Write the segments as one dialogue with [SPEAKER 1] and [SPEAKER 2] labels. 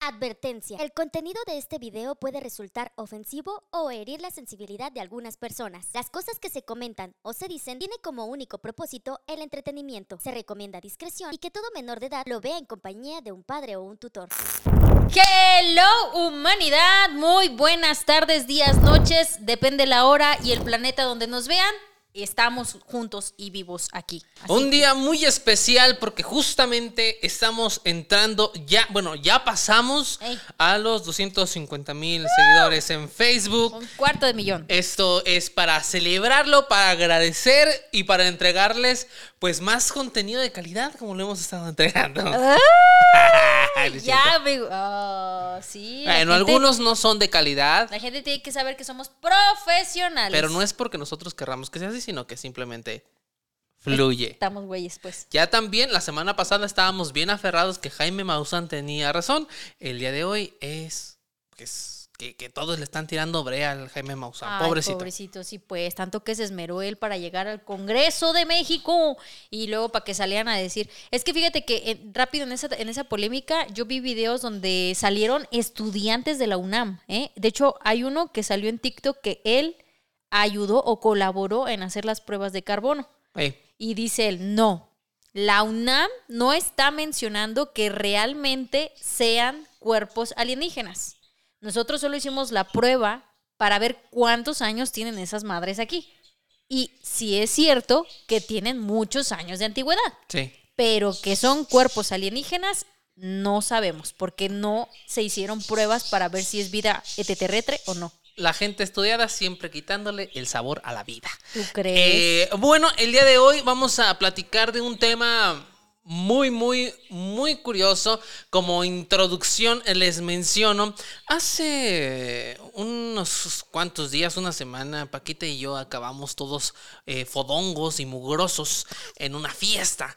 [SPEAKER 1] Advertencia. El contenido de este video puede resultar ofensivo o herir la sensibilidad de algunas personas. Las cosas que se comentan o se dicen tienen como único propósito el entretenimiento. Se recomienda discreción y que todo menor de edad lo vea en compañía de un padre o un tutor.
[SPEAKER 2] Hello, humanidad. Muy buenas tardes, días, noches. Depende la hora y el planeta donde nos vean. Estamos juntos y vivos aquí.
[SPEAKER 3] Un día muy especial porque justamente estamos entrando ya pasamos a los 250,000 seguidores en Facebook.
[SPEAKER 2] 250,000.
[SPEAKER 3] Esto es para celebrarlo, para agradecer y para entregarles pues más contenido de calidad como lo hemos estado entregando.
[SPEAKER 2] Ya, amigo. Sí.
[SPEAKER 3] Bueno, algunos no son de calidad.
[SPEAKER 2] La gente tiene que saber que somos profesionales.
[SPEAKER 3] Pero no es porque nosotros querramos que sea así, sino que simplemente fluye.
[SPEAKER 2] Estamos güeyes, pues.
[SPEAKER 3] Ya también la semana pasada estábamos bien aferrados que Jaime Maussan tenía razón. El día de hoy es pues, que todos le están tirando brea al Jaime Maussan. Pobrecito.
[SPEAKER 2] Pobrecito, sí, pues. Tanto que se esmeró él para llegar al Congreso de México. Y luego para que salieran a decir. Es que fíjate que rápido en esa polémica yo vi videos donde salieron estudiantes de la UNAM. De hecho, hay uno que salió en TikTok que él ayudó o colaboró en hacer las pruebas de carbono. Y dice él, no, la UNAM no está mencionando que realmente sean cuerpos alienígenas. Nosotros solo hicimos la prueba para ver cuántos años tienen esas madres aquí. Y sí es cierto que tienen muchos años de antigüedad.
[SPEAKER 3] Sí.
[SPEAKER 2] Pero que son cuerpos alienígenas, no sabemos, porque no se hicieron pruebas para ver si es vida extraterrestre o no.
[SPEAKER 3] La gente estudiada siempre quitándole el sabor a la vida.
[SPEAKER 2] ¿Tú crees?
[SPEAKER 3] Bueno, el día de hoy vamos a platicar de un tema muy curioso. Como introducción les menciono, hace unos cuantos días, una semana, Paquita y yo acabamos todos fodongos y mugrosos en una fiesta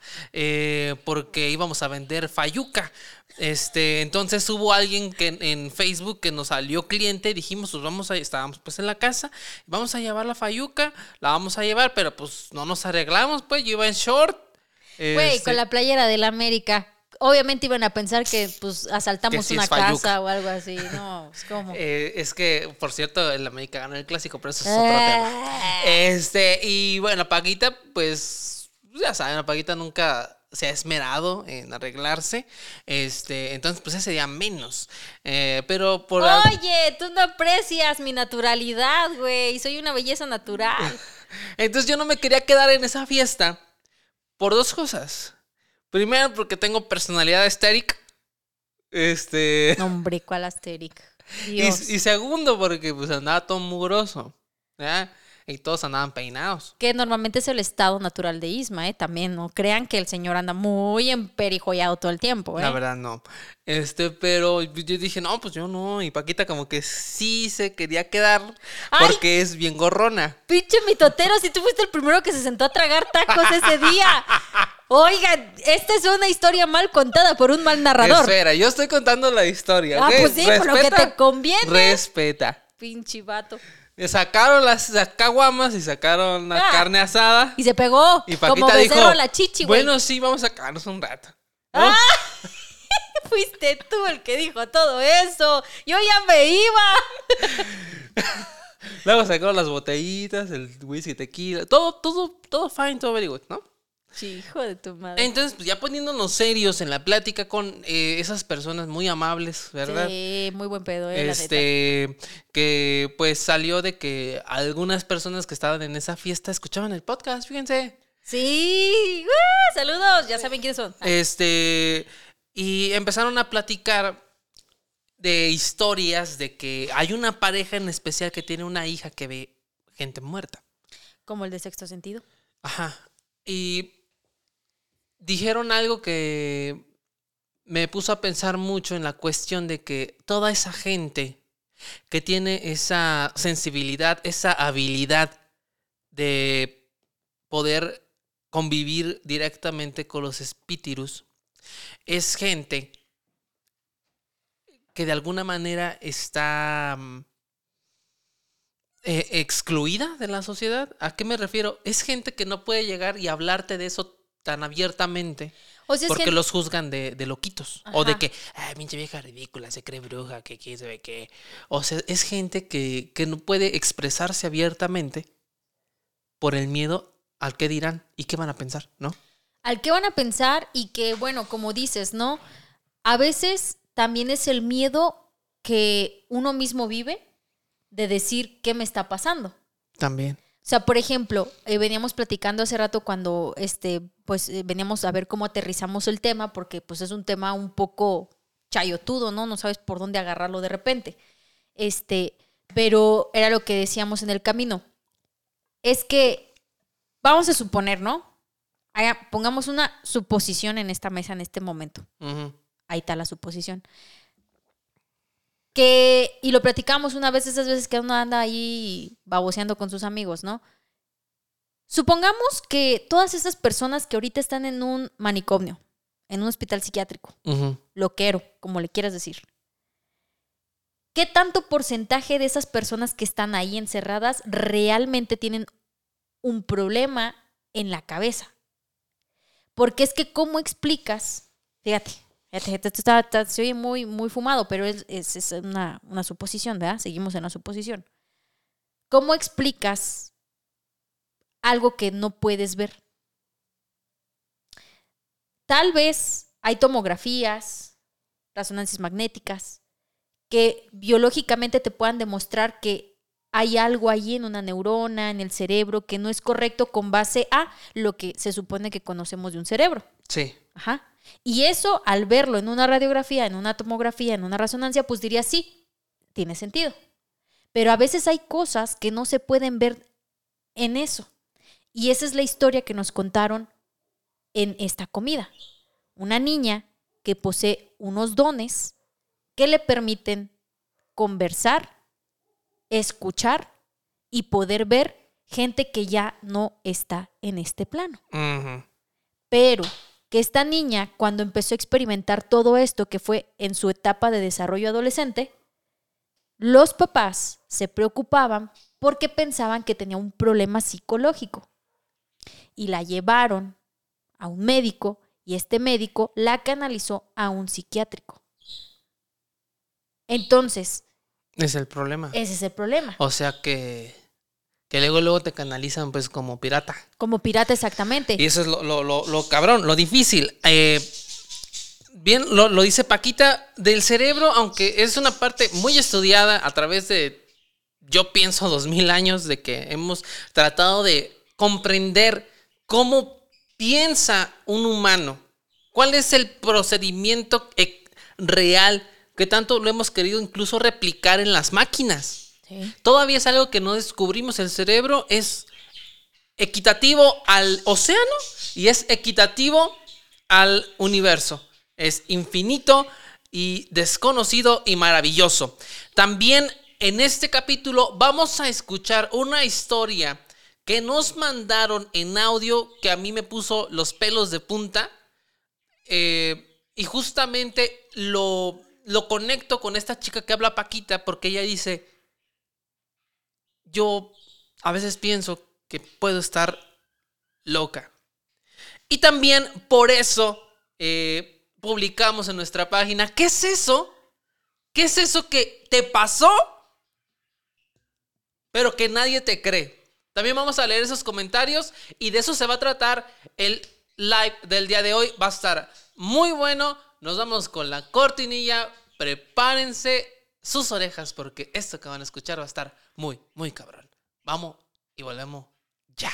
[SPEAKER 3] porque íbamos a vender fayuca. Entonces hubo alguien que en Facebook que nos salió cliente y dijimos, pues estábamos pues en la casa, vamos a llevar la fayuca, la vamos a llevar, pero pues no nos arreglamos, pues yo iba en short.
[SPEAKER 2] Güey, con la playera del América. Obviamente iban a pensar que pues asaltamos una casa o algo así. No, es como.
[SPEAKER 3] Es que, por cierto, el América ganó el clásico, pero eso es otro tema. Y bueno, Paquita, pues, ya saben, la Paquita nunca se ha esmerado en arreglarse. Entonces, pues ese día menos. Pero por
[SPEAKER 2] Oye, tú no aprecias mi naturalidad, güey. Soy una belleza natural.
[SPEAKER 3] Entonces yo no me quería quedar en esa fiesta. Por dos cosas. Primero, porque tengo personalidad estérica.
[SPEAKER 2] No, hombre, ¿cuál asteric? Dios.
[SPEAKER 3] Y segundo, porque pues andaba todo mugroso. ¿Ya? Y todos andaban peinados.
[SPEAKER 2] Que normalmente es el estado natural de Isma, También no crean que el señor anda muy emperijollado todo el tiempo,
[SPEAKER 3] La verdad, no. Pero yo dije, no, pues yo no. Y Paquita como que sí se quería quedar porque es bien gorrona.
[SPEAKER 2] Pinche mitotero, si tú fuiste el primero que se sentó a tragar tacos ese día. Oigan, esta es una historia mal contada por un mal narrador.
[SPEAKER 3] Espera, yo estoy contando la historia, ¿ok?
[SPEAKER 2] Pues sí, por lo que te conviene.
[SPEAKER 3] Respeta.
[SPEAKER 2] Pinche vato.
[SPEAKER 3] Le sacaron las caguamas y sacaron la carne asada.
[SPEAKER 2] Y se pegó.
[SPEAKER 3] Y Paquita
[SPEAKER 2] como becerro
[SPEAKER 3] dijo,
[SPEAKER 2] la chichi, güey.
[SPEAKER 3] Bueno, sí, vamos a sacarnos un rato. ¿No?
[SPEAKER 2] Fuiste tú el que dijo todo eso. Yo ya me iba.
[SPEAKER 3] Luego sacaron las botellitas, el whisky, tequila. Todo fine, todo very good, ¿no?
[SPEAKER 2] Sí, hijo de tu madre.
[SPEAKER 3] Entonces, pues ya poniéndonos serios en la plática con esas personas muy amables, ¿verdad?
[SPEAKER 2] Sí, muy buen pedo, la neta.
[SPEAKER 3] Que pues salió de que algunas personas que estaban en esa fiesta escuchaban el podcast, fíjense.
[SPEAKER 2] Sí, saludos, ya saben quiénes son.
[SPEAKER 3] Y empezaron a platicar de historias de que hay una pareja en especial que tiene una hija que ve gente muerta.
[SPEAKER 2] Como el de Sexto Sentido.
[SPEAKER 3] Ajá. Y dijeron algo que me puso a pensar mucho en la cuestión de que toda esa gente que tiene esa sensibilidad, esa habilidad de poder convivir directamente con los espíritus, es gente que de alguna manera está excluida de la sociedad. ¿A qué me refiero? Es gente que no puede llegar y hablarte de eso tan abiertamente.
[SPEAKER 2] O sea, es
[SPEAKER 3] Porque
[SPEAKER 2] que
[SPEAKER 3] los juzgan de loquitos.
[SPEAKER 2] Ajá.
[SPEAKER 3] O de que, pinche vieja ridícula, se cree bruja, que quién sabe qué. O sea, es gente que no puede expresarse abiertamente por el miedo al qué dirán y qué van a pensar, ¿no?
[SPEAKER 2] al qué van a pensar y que, bueno, como dices, ¿no? A veces también es el miedo que uno mismo vive de decir qué me está pasando.
[SPEAKER 3] También.
[SPEAKER 2] O sea, por ejemplo, veníamos platicando hace rato cuando veníamos a ver cómo aterrizamos el tema, porque pues es un tema un poco chayotudo, ¿no? No sabes por dónde agarrarlo de repente. Pero era lo que decíamos en el camino. Es que vamos a suponer, ¿no? Pongamos una suposición en esta mesa en este momento.
[SPEAKER 3] Uh-huh.
[SPEAKER 2] Ahí está la suposición. Y lo platicamos una vez, esas veces que uno anda ahí baboseando con sus amigos, ¿no? Supongamos que todas esas personas que ahorita están en un manicomio, en un hospital psiquiátrico,
[SPEAKER 3] Uh-huh.
[SPEAKER 2] loquero, como le quieras decir, ¿qué tanto porcentaje de esas personas que están ahí encerradas realmente tienen un problema en la cabeza? Porque es que, ¿cómo explicas? Fíjate, esto se oye muy, muy fumado, pero es una suposición, ¿verdad? Seguimos en la suposición. ¿Cómo explicas algo que no puedes ver? Tal vez hay tomografías, resonancias magnéticas, que biológicamente te puedan demostrar que hay algo allí en una neurona, en el cerebro, que no es correcto con base a lo que se supone que conocemos de un cerebro.
[SPEAKER 3] Sí.
[SPEAKER 2] Ajá. Y eso, al verlo en una radiografía, en una tomografía, en una resonancia, pues diría sí, tiene sentido. Pero a veces hay cosas que no se pueden ver en eso. Y esa es la historia que nos contaron en esta comida. Una niña que posee unos dones que le permiten conversar, escuchar y poder ver gente que ya no está en este plano.
[SPEAKER 3] Uh-huh.
[SPEAKER 2] Pero que esta niña, cuando empezó a experimentar todo esto, que fue en su etapa de desarrollo adolescente, los papás se preocupaban porque pensaban que tenía un problema psicológico. Y la llevaron a un médico y este médico la canalizó a un psiquiátrico. Entonces,
[SPEAKER 3] Es el problema.
[SPEAKER 2] ese es el problema.
[SPEAKER 3] O sea que luego te canalizan pues como pirata.
[SPEAKER 2] Como pirata, exactamente.
[SPEAKER 3] Y eso es lo cabrón, lo difícil. Bien, lo dice Paquita, del cerebro, aunque es una parte muy estudiada a través de, yo pienso, 2000 años de que hemos tratado de comprender cómo piensa un humano. ¿Cuál es el procedimiento real que tanto lo hemos querido incluso replicar en las máquinas?
[SPEAKER 2] Sí.
[SPEAKER 3] Todavía es algo que no descubrimos. El cerebro es equitativo al océano y es equitativo al universo. Es infinito y desconocido y maravilloso. También en este capítulo vamos a escuchar una historia que nos mandaron en audio que a mí me puso los pelos de punta. Y justamente lo conecto con esta chica que habla Paquita, porque ella dice: yo a veces pienso que puedo estar loca. Y también por eso publicamos en nuestra página: ¿qué es eso? ¿Qué es eso que te pasó, pero que nadie te cree? También vamos a leer esos comentarios y de eso se va a tratar el live del día de hoy. Va a estar muy bueno. Nos vamos con la cortinilla. Prepárense sus orejas porque esto que van a escuchar va a estar muy, muy cabrón. Vamos y volvemos ya.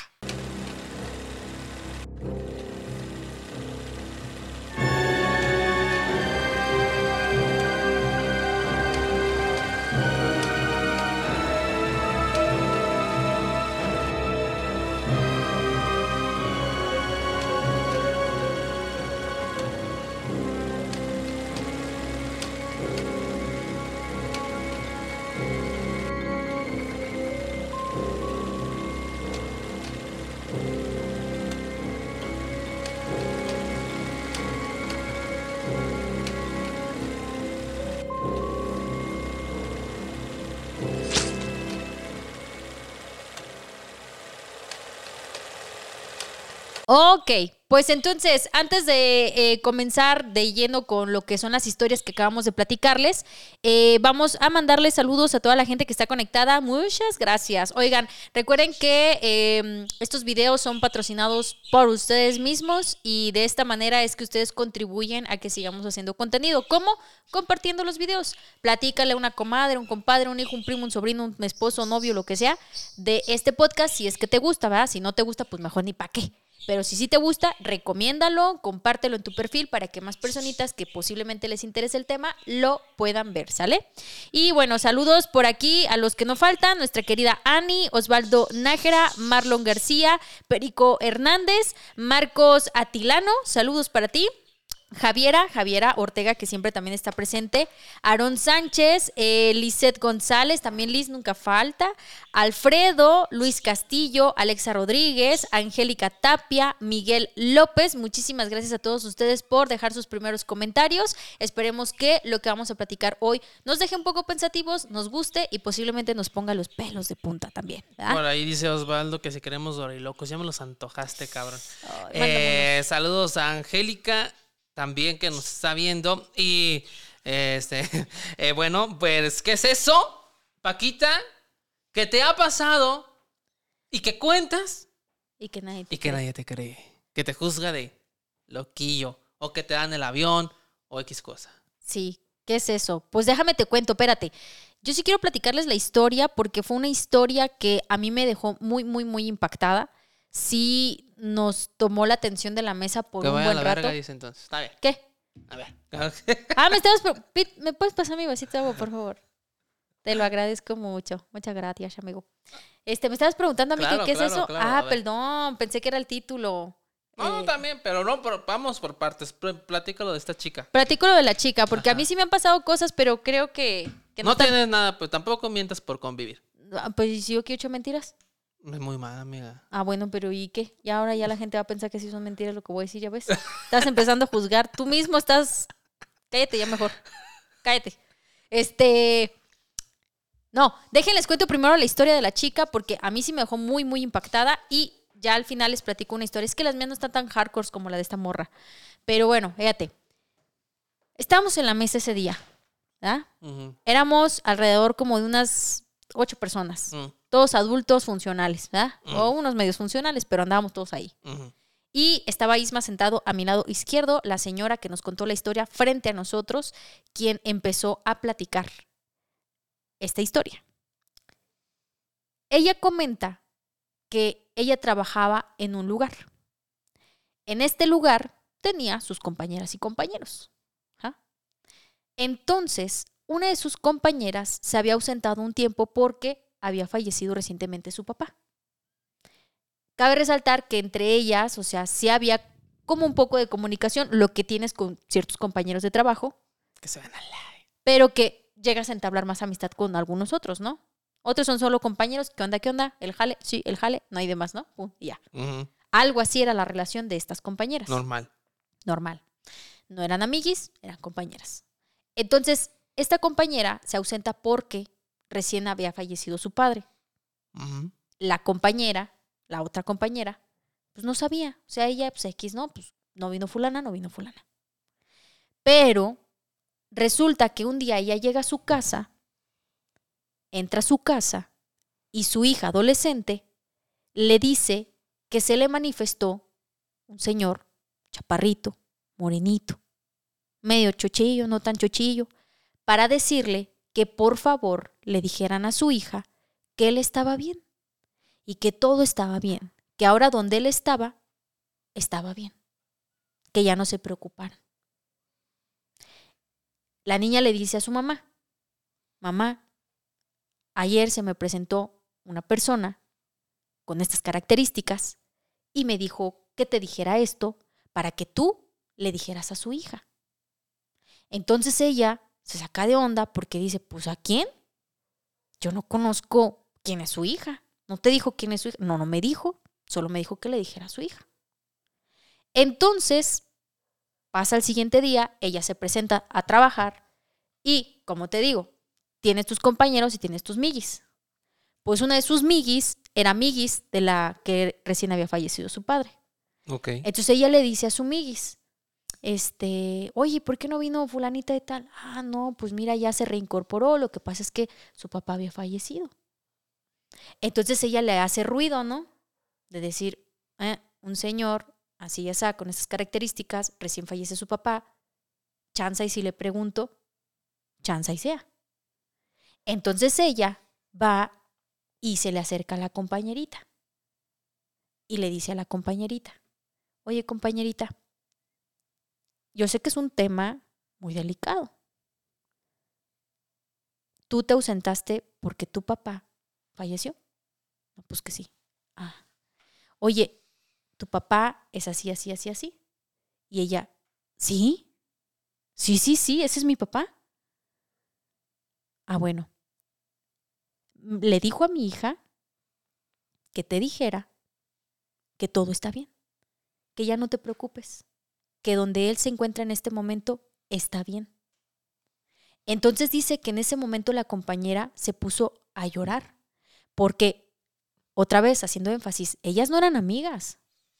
[SPEAKER 2] Ok, Pues entonces, antes de comenzar de lleno con lo que son las historias que acabamos de platicarles, vamos a mandarles saludos a toda la gente que está conectada. Muchas gracias. Oigan, recuerden que estos videos son patrocinados por ustedes mismos y de esta manera es que ustedes contribuyen a que sigamos haciendo contenido. ¿Cómo? Compartiendo los videos. Platícale a una comadre, un compadre, un hijo, un primo, un sobrino, un esposo, novio, lo que sea, de este podcast si es que te gusta, ¿verdad? Si no te gusta, pues mejor ni para qué. Pero si sí te gusta, recomiéndalo, compártelo en tu perfil para que más personitas que posiblemente les interese el tema lo puedan ver, ¿sale? Y bueno, saludos por aquí a los que no faltan, nuestra querida Ani, Osvaldo Nájera, Marlon García, Perico Hernández, Marcos Atilano, saludos para ti. Javiera Ortega, que siempre también está presente, Aarón Sánchez, Lisette González, también Liz nunca falta, Alfredo, Luis Castillo, Alexa Rodríguez, Angélica Tapia, Miguel López. Muchísimas gracias a todos ustedes por dejar sus primeros comentarios. Esperemos que lo que vamos a platicar hoy nos deje un poco pensativos, nos guste y posiblemente nos ponga los pelos de punta también, ¿verdad?
[SPEAKER 3] Por ahí dice Osvaldo que si queremos dorilocos, ya me los antojaste, cabrón. Saludos a Angélica también que nos está viendo. Y bueno, pues, ¿qué es eso, Paquita? ¿Qué te ha pasado? ¿Y qué cuentas?
[SPEAKER 2] Y que nadie
[SPEAKER 3] te cree. Que te juzga de loquillo. O que te dan el avión. O X cosa.
[SPEAKER 2] Sí, ¿qué es eso? Pues déjame te cuento, espérate. Yo sí quiero platicarles la historia porque fue una historia que a mí me dejó muy, muy, muy impactada. Sí nos tomó la atención de la mesa por un buen rato. Que vaya a la verga,
[SPEAKER 3] dice entonces. Está bien.
[SPEAKER 2] ¿Qué?
[SPEAKER 3] A ver.
[SPEAKER 2] ¿Me puedes pasar mi vasito de agua, por favor? Te lo agradezco mucho. Muchas gracias, amigo. Me estabas preguntando a mí qué es eso. Claro, perdón, pensé que era el título.
[SPEAKER 3] No, también, pero no, vamos por partes. Platícalo de esta chica.
[SPEAKER 2] Platico lo de la chica, porque a mí sí me han pasado cosas, pero creo que
[SPEAKER 3] no tienes nada, pues tampoco mientas por convivir.
[SPEAKER 2] Pues si yo que he hecho mentiras.
[SPEAKER 3] Es muy mala, amiga.
[SPEAKER 2] Bueno, pero ¿y qué? Y ahora ya la gente va a pensar que sí son mentiras lo que voy a decir, ya ves. Estás empezando a juzgar. Tú mismo estás... Cállate ya mejor. Cállate. No, déjenles cuento primero la historia de la chica porque a mí sí me dejó muy, muy impactada y ya al final les platico una historia. Es que las mías no están tan hardcore como la de esta morra. Pero bueno, fíjate. Estábamos en la mesa ese día, ¿verdad? Uh-huh. Éramos alrededor como de unas 8 personas. Uh-huh. Todos adultos funcionales, ¿verdad? Uh-huh. O unos medios funcionales, pero andábamos todos ahí. Uh-huh. Y estaba Isma sentado a mi lado izquierdo, la señora que nos contó la historia frente a nosotros, quien empezó a platicar esta historia. Ella comenta que ella trabajaba en un lugar. En este lugar tenía sus compañeras y compañeros. ¿Ah? Entonces, una de sus compañeras se había ausentado un tiempo porque había fallecido recientemente su papá. Cabe resaltar que entre ellas, o sea, sí había como un poco de comunicación, lo que tienes con ciertos compañeros de trabajo.
[SPEAKER 3] Que se van a live.
[SPEAKER 2] Pero que llegas a entablar más amistad con algunos otros, ¿no? Otros son solo compañeros. ¿Qué onda? ¿Qué onda? ¿El jale? Sí, el jale. No hay demás, ¿no? Y ya. Uh-huh. Algo así era la relación de estas compañeras.
[SPEAKER 3] Normal.
[SPEAKER 2] No eran amiguis, eran compañeras. Entonces, esta compañera se ausenta porque recién había fallecido su padre. Uh-huh. La otra compañera, pues no sabía. O sea, ella, pues X, no, pues no vino fulana. Pero resulta que un día ella llega a su casa, entra a su casa y su hija adolescente le dice que se le manifestó un señor chaparrito, morenito, medio chochillo, no tan chochillo, para decirle que por favor le dijeran a su hija que él estaba bien y que todo estaba bien, que ahora donde él estaba bien, que ya no se preocuparan. La niña le dice a su mamá, mamá, ayer se me presentó una persona con estas características y me dijo que te dijera esto para que tú le dijeras a su hija. Entonces ella se saca de onda porque dice, pues ¿a quién? Yo no conozco quién es su hija. ¿No te dijo quién es su hija? No me dijo, solo me dijo que le dijera a su hija. Entonces pasa el siguiente día, ella se presenta a trabajar y, como te digo, tienes tus compañeros y tienes tus miguis. Pues una de sus miguis era miguis de la que recién había fallecido su padre.
[SPEAKER 3] Ok.
[SPEAKER 2] Entonces ella le dice a su miguis, oye, ¿por qué no vino fulanita de tal? Ah, no, pues mira, ya se reincorporó, lo que pasa es que su papá había fallecido. Entonces ella le hace ruido, ¿no? De decir, un señor, así ya está, con esas características, recién fallece su papá, chanza y si le pregunto, chanza y sea. Entonces ella va y se le acerca a la compañerita y le dice a la compañerita, oye compañerita, yo sé que es un tema muy delicado. ¿Tú te ausentaste porque tu papá falleció? No, pues que sí. Ah. Oye, tu papá es así, así, así, así. Y ella, ¿sí? Sí, ese es mi papá. Ah, bueno. Le dijo a mi hija que te dijera que todo está bien, que ya no te preocupes, que donde él se encuentra en este momento está bien. Entonces dice que en ese momento la compañera se puso a llorar, porque, otra vez haciendo énfasis, ellas no eran amigas.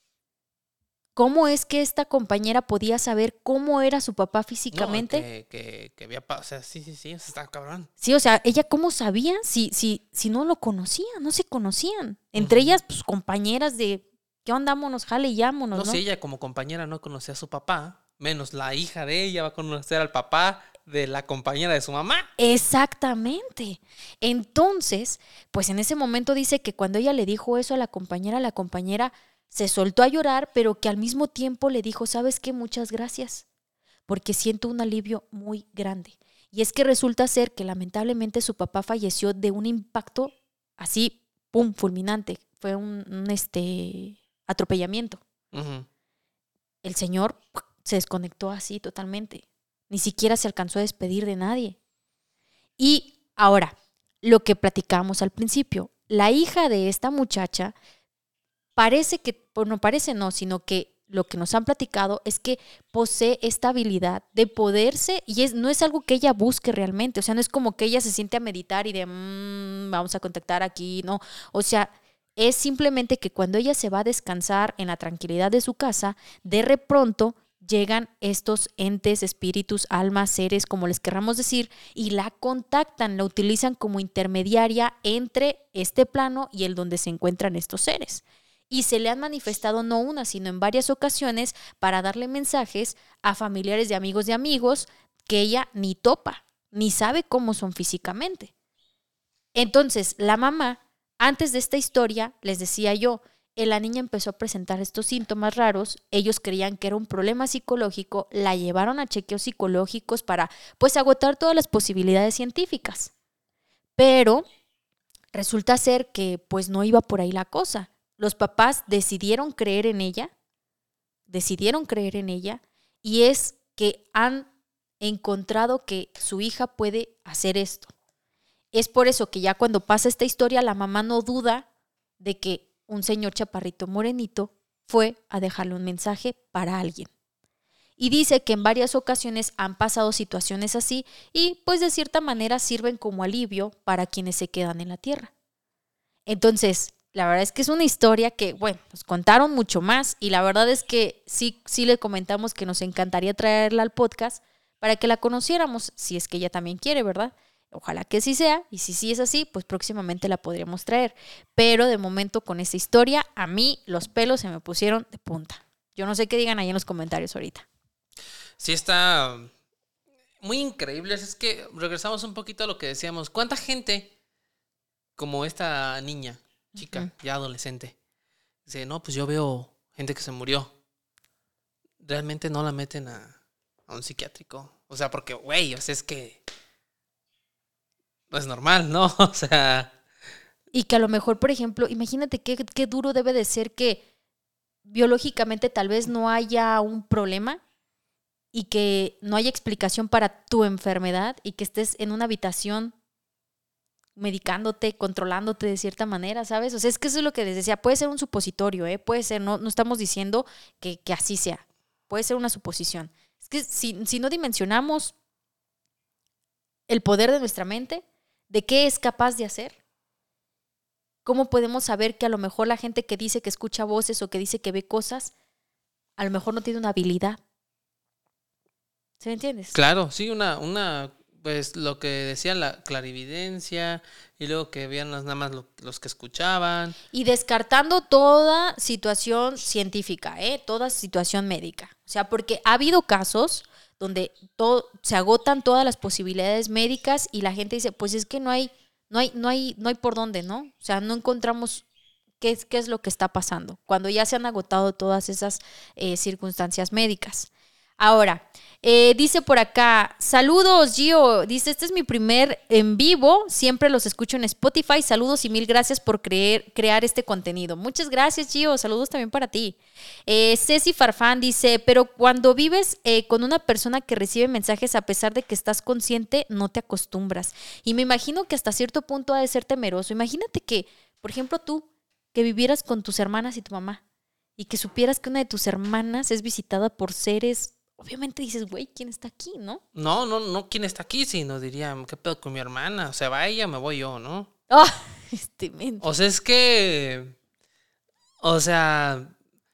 [SPEAKER 2] ¿Cómo es que esta compañera podía saber cómo era su papá físicamente?
[SPEAKER 3] No, que había pasado. O sea, sí, está cabrón.
[SPEAKER 2] Sí, o sea, ella cómo sabía si no lo conocía, no se conocían. Entre ellas, pues compañeras de, ¿qué onda? Vámonos, jale y llámonos, ¿no?
[SPEAKER 3] No, si ella como compañera no conocía a su papá, menos la hija de ella va a conocer al papá de la compañera de su mamá.
[SPEAKER 2] Exactamente. Entonces, pues en ese momento dice que cuando ella le dijo eso a la compañera se soltó a llorar, pero que al mismo tiempo le dijo, ¿sabes qué? Muchas gracias, porque siento un alivio muy grande. Y es que resulta ser que lamentablemente su papá falleció de un impacto así, pum, fulminante. Fue un atropellamiento.
[SPEAKER 3] Uh-huh.
[SPEAKER 2] El señor se desconectó así totalmente. Ni siquiera se alcanzó a despedir de nadie. Y ahora, lo que platicábamos al principio, la hija de esta muchacha parece que, pues no parece no, sino que lo que nos han platicado es que posee esta habilidad de poderse, y no es algo que ella busque realmente, o sea, no es como que ella se siente a meditar y de, vamos a contactar aquí, no, o sea, es simplemente que cuando ella se va a descansar en la tranquilidad de su casa, de pronto llegan estos entes, espíritus, almas, seres, como les querramos decir, y la contactan, la utilizan como intermediaria entre este plano y el donde se encuentran estos seres. Y se le han manifestado no una, sino en varias ocasiones para darle mensajes a familiares de amigos que ella ni topa, ni sabe cómo son físicamente. Entonces, la mamá, antes de esta historia, les decía yo, la niña empezó a presentar estos síntomas raros, ellos creían que era un problema psicológico, la llevaron a chequeos psicológicos para, pues, agotar todas las posibilidades científicas. Pero resulta ser que, pues, no iba por ahí la cosa. Los papás decidieron creer en ella, y es que han encontrado que su hija puede hacer esto. Es por eso que ya cuando pasa esta historia, la mamá no duda de que un señor chaparrito morenito fue a dejarle un mensaje para alguien. Y dice que en varias ocasiones han pasado situaciones así y pues de cierta manera sirven como alivio para quienes se quedan en la tierra. Entonces, la verdad es que es una historia que, bueno, nos contaron mucho más y la verdad es que sí le comentamos que nos encantaría traerla al podcast para que la conociéramos, si es que ella también quiere, ¿verdad? Ojalá que sí sea, y si sí es así, pues próximamente la podríamos traer. Pero de momento con esta historia, a mí los pelos se me pusieron de punta. Yo no sé qué digan ahí en los comentarios ahorita.
[SPEAKER 3] Sí está muy increíble. Es que regresamos un poquito a lo que decíamos. ¿Cuánta gente como esta niña, chica, ya adolescente, dice, no, pues yo veo gente que se murió? Realmente no la meten a un psiquiátrico. O sea, porque, güey, o sea, es que no es normal, ¿no? O sea...
[SPEAKER 2] Y que a lo mejor, por ejemplo, imagínate qué duro debe de ser que biológicamente tal vez no haya un problema y que no haya explicación para tu enfermedad y que estés en una habitación medicándote, controlándote de cierta manera, ¿sabes? O sea, es que eso es lo que les decía, puede ser un supositorio, puede ser, no estamos diciendo que así sea, puede ser una suposición. Es que si no dimensionamos el poder de nuestra mente, de qué es capaz de hacer, ¿cómo podemos saber que a lo mejor la gente que dice que escucha voces o que dice que ve cosas a lo mejor no tiene una habilidad. ¿Sí me entiendes?
[SPEAKER 3] Claro, sí, pues lo que decían, la clarividencia, y luego que veían nada más los que escuchaban.
[SPEAKER 2] Y descartando toda situación científica, toda situación médica. O sea, porque ha habido casos donde se agotan todas las posibilidades médicas y la gente dice, pues es que no hay por dónde, ¿no? O sea, no encontramos qué es lo que está pasando cuando ya se han agotado todas esas circunstancias médicas. Ahora, dice por acá, saludos Gio, dice, este es mi primer en vivo, siempre los escucho en Spotify, saludos y mil gracias por crear este contenido. Muchas gracias Gio, saludos también para ti. Ceci Farfán dice, pero cuando vives con una persona que recibe mensajes a pesar de que estás consciente, no te acostumbras. Y me imagino que hasta cierto punto ha de ser temeroso. Imagínate que, por ejemplo, tú, que vivieras con tus hermanas y tu mamá y que supieras que una de tus hermanas es visitada por seres. Obviamente dices, güey, ¿quién está aquí, no?
[SPEAKER 3] No, ¿quién está aquí? Sino diría, ¿qué pedo con mi hermana? O sea, va ella, me voy yo, ¿no?
[SPEAKER 2] Oh, mente.
[SPEAKER 3] O sea, es que... O sea...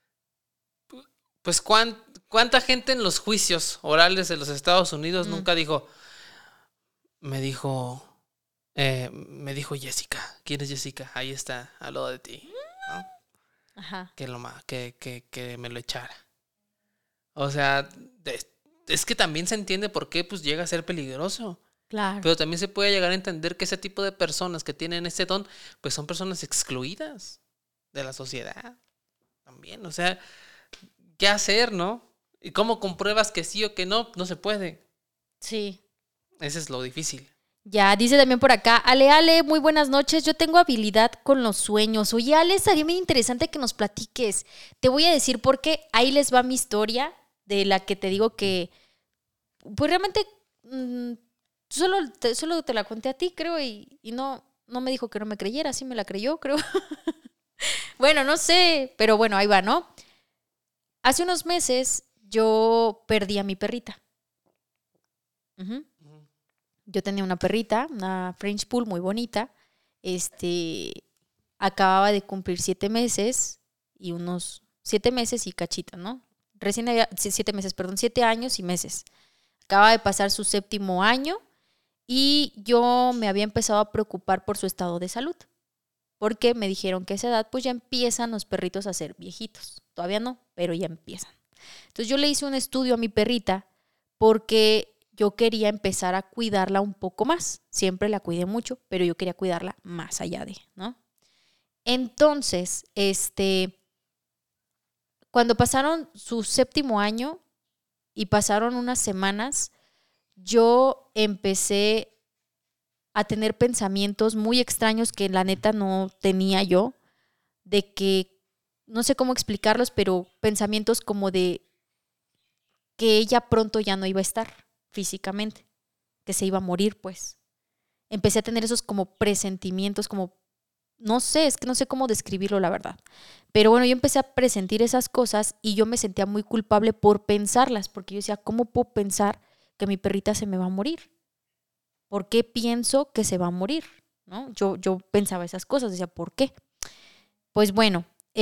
[SPEAKER 3] Pues ¿cuánta gente en los juicios orales de los Estados Unidos nunca dijo... Me dijo Jessica. ¿Quién es Jessica? Ahí está, al lado de ti, ¿no?
[SPEAKER 2] Ajá.
[SPEAKER 3] Que me lo echara. O sea, es que también se entiende por qué pues llega a ser peligroso.
[SPEAKER 2] Claro.
[SPEAKER 3] Pero también se puede llegar a entender que ese tipo de personas que tienen ese don, pues son personas excluidas de la sociedad. También, o sea, ¿qué hacer, no? ¿Y cómo compruebas que sí o que no? No se puede.
[SPEAKER 2] Sí.
[SPEAKER 3] Ese es lo difícil.
[SPEAKER 2] Ya, dice también por acá, Ale, muy buenas noches, yo tengo habilidad con los sueños. Oye, Ale, estaría muy interesante que nos platiques. Te voy a decir por qué, ahí les va mi historia, de la que te digo que, pues realmente, solo te la conté a ti, creo, y no me dijo que no me creyera, sí me la creyó, creo. Bueno, no sé, pero bueno, ahí va, ¿no? Hace unos meses yo perdí a mi perrita. Uh-huh. Yo tenía una perrita, una French Poodle muy bonita. Acababa de cumplir 7 meses y unos 7 meses y cachita, ¿no? Recién había 7 meses, perdón, 7 años y meses. Acaba de pasar su 7º año y yo me había empezado a preocupar por su estado de salud. Porque me dijeron que a esa edad pues ya empiezan los perritos a ser viejitos. Todavía no, pero ya empiezan. Entonces yo le hice un estudio a mi perrita porque yo quería empezar a cuidarla un poco más. Siempre la cuidé mucho, pero yo quería cuidarla más allá de, ¿no? Entonces, cuando pasaron su 7º año y pasaron unas semanas, yo empecé a tener pensamientos muy extraños que la neta no tenía yo, de que, no sé cómo explicarlos, pero pensamientos como de que ella pronto ya no iba a estar físicamente, que se iba a morir, pues. Empecé a tener esos como presentimientos, como, no sé, es que no sé cómo describirlo, la verdad. Pero bueno, yo empecé a presentir esas cosas y yo me sentía muy culpable por pensarlas, porque yo decía, ¿cómo puedo pensar que mi perrita se me va a morir? ¿Por qué pienso que se va a morir? ¿No? Yo pensaba esas cosas, decía, ¿por qué? Pues bueno,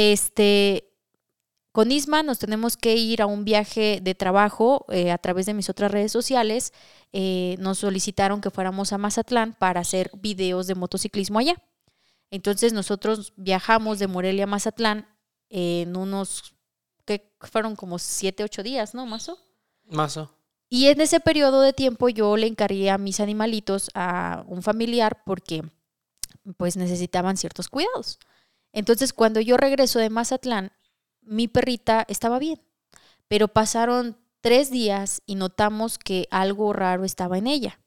[SPEAKER 2] con Isma nos tenemos que ir a un viaje de trabajo a través de mis otras redes sociales. Nos solicitaron que fuéramos a Mazatlán para hacer videos de motociclismo allá. Entonces nosotros viajamos de Morelia a Mazatlán en unos, que fueron como 7, 8 días, ¿no, Mazo? Y en ese periodo de tiempo yo le encargué a mis animalitos a un familiar porque pues necesitaban ciertos cuidados. Entonces cuando yo regreso de Mazatlán, mi perrita estaba bien, pero pasaron 3 días y notamos que algo raro estaba en ella.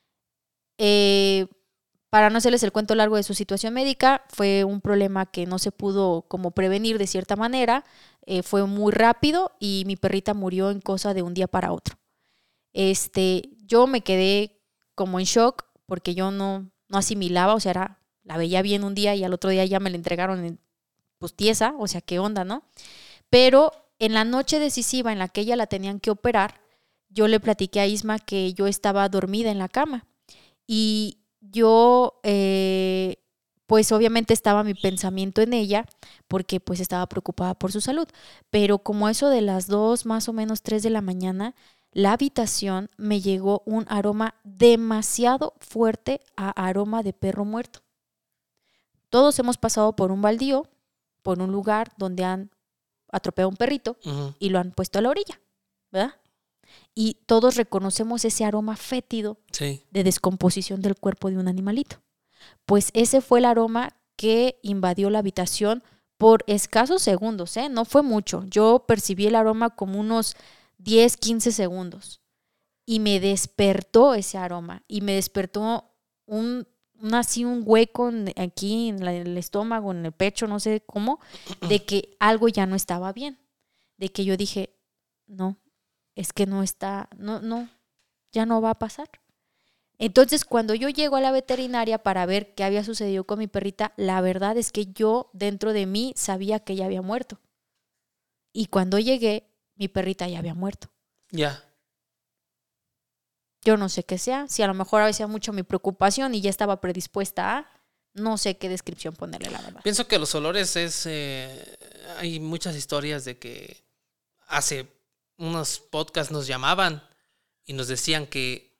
[SPEAKER 2] Para no hacerles el cuento largo de su situación médica, fue un problema que no se pudo como prevenir de cierta manera, fue muy rápido y mi perrita murió en cosa de un día para otro. Yo me quedé como en shock porque yo no asimilaba, o sea, la veía bien un día y al otro día ya me la entregaron pues tiesa, o sea, qué onda, ¿no? Pero en la noche decisiva en la que ella la tenían que operar, yo le platiqué a Isma que yo estaba dormida en la cama y yo pues obviamente estaba mi pensamiento en ella porque pues estaba preocupada por su salud. Pero como eso de las 2, más o menos 3 de la mañana, la habitación me llegó un aroma demasiado fuerte a aroma de perro muerto. Todos hemos pasado por un baldío, por un lugar donde han atropellado a un perrito y lo han puesto a la orilla, ¿verdad? Y todos reconocemos ese aroma fétido de descomposición del cuerpo de un animalito. Pues ese fue el aroma que invadió la habitación por escasos segundos, ¿eh? No fue mucho. Yo percibí el aroma como unos 10, 15 segundos y me despertó ese aroma y me despertó un hueco aquí en el estómago, en el pecho, no sé cómo, de que algo ya no estaba bien, de que yo dije, no, es que no está, no, ya no va a pasar. Entonces, cuando yo llego a la veterinaria para ver qué había sucedido con mi perrita, la verdad es que yo dentro de mí sabía que ella había muerto. Y cuando llegué, mi perrita ya había muerto.
[SPEAKER 3] Ya.
[SPEAKER 2] Yo no sé qué sea, si a lo mejor había sido mucho mi preocupación y ya estaba predispuesta a, no sé qué descripción ponerle, la verdad.
[SPEAKER 3] Pienso que los olores hay muchas historias de que hace unos podcasts nos llamaban y nos decían que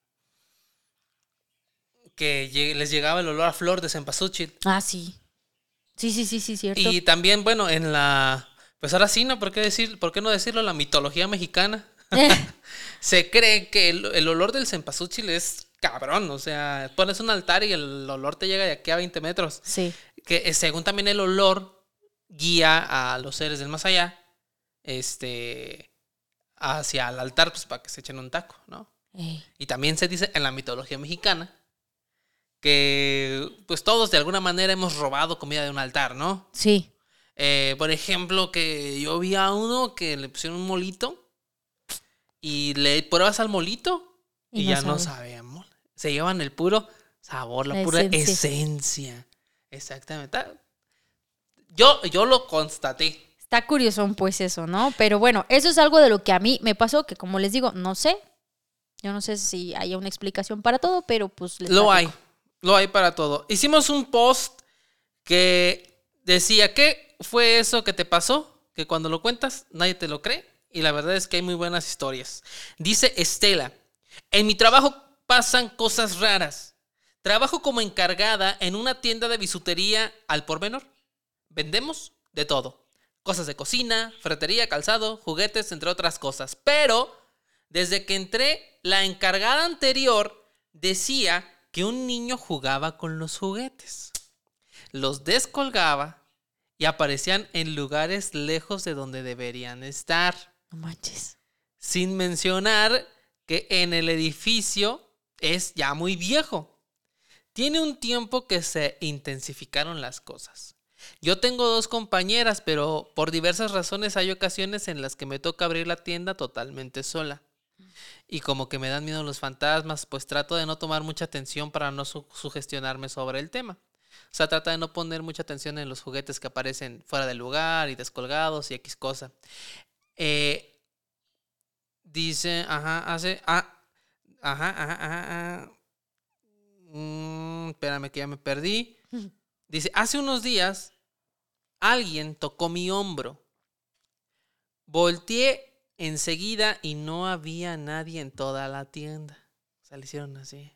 [SPEAKER 3] les llegaba el olor a flor de cempasúchil.
[SPEAKER 2] Ah, sí. Sí, cierto.
[SPEAKER 3] Y también, bueno, en la... Pues ahora sí, ¿no? ¿Por qué no decirlo? La mitología mexicana. Se cree que el olor del cempasúchil es cabrón. O sea, pones un altar y el olor te llega de aquí a 20 metros.
[SPEAKER 2] Sí.
[SPEAKER 3] Que según también el olor guía a los seres del más allá hacia el altar, pues para que se echen un taco, ¿no? Y también se dice en la mitología mexicana que pues todos de alguna manera hemos robado comida de un altar, ¿no?
[SPEAKER 2] Sí.
[SPEAKER 3] Por ejemplo, que yo vi a uno que le pusieron un molito y le pruebas al molito y ya no sabe a mole. Se llevan el puro sabor, la pura esencia. Exactamente. Yo lo constaté.
[SPEAKER 2] Está curioso pues eso, ¿no? Pero bueno, eso es algo de lo que a mí me pasó, que como les digo, no sé. Yo no sé si haya una explicación para todo, pero pues les platico.
[SPEAKER 3] Lo hay para todo. Hicimos un post que decía, ¿qué fue eso que te pasó? Que cuando lo cuentas nadie te lo cree. Y la verdad es que hay muy buenas historias. Dice Estela, en mi trabajo pasan cosas raras. Trabajo como encargada en una tienda de bisutería al por menor. Vendemos de todo. Cosas de cocina, ferretería, calzado, juguetes, entre otras cosas. Pero desde que entré, la encargada anterior decía que un niño jugaba con los juguetes. Los descolgaba y aparecían en lugares lejos de donde deberían estar.
[SPEAKER 2] No manches.
[SPEAKER 3] Sin mencionar que en el edificio es ya muy viejo. Tiene un tiempo que se intensificaron las cosas. Yo tengo 2 compañeras, pero por diversas razones hay ocasiones en las que me toca abrir la tienda totalmente sola. Y como que me dan miedo los fantasmas, pues trato de no tomar mucha atención para no sugestionarme sobre el tema. O sea, trata de no poner mucha atención en los juguetes que aparecen fuera del lugar y descolgados y X cosa. Dice, espérame que ya me perdí. Dice, hace unos días alguien tocó mi hombro. Volteé enseguida y no había nadie en toda la tienda. O sea, le hicieron así.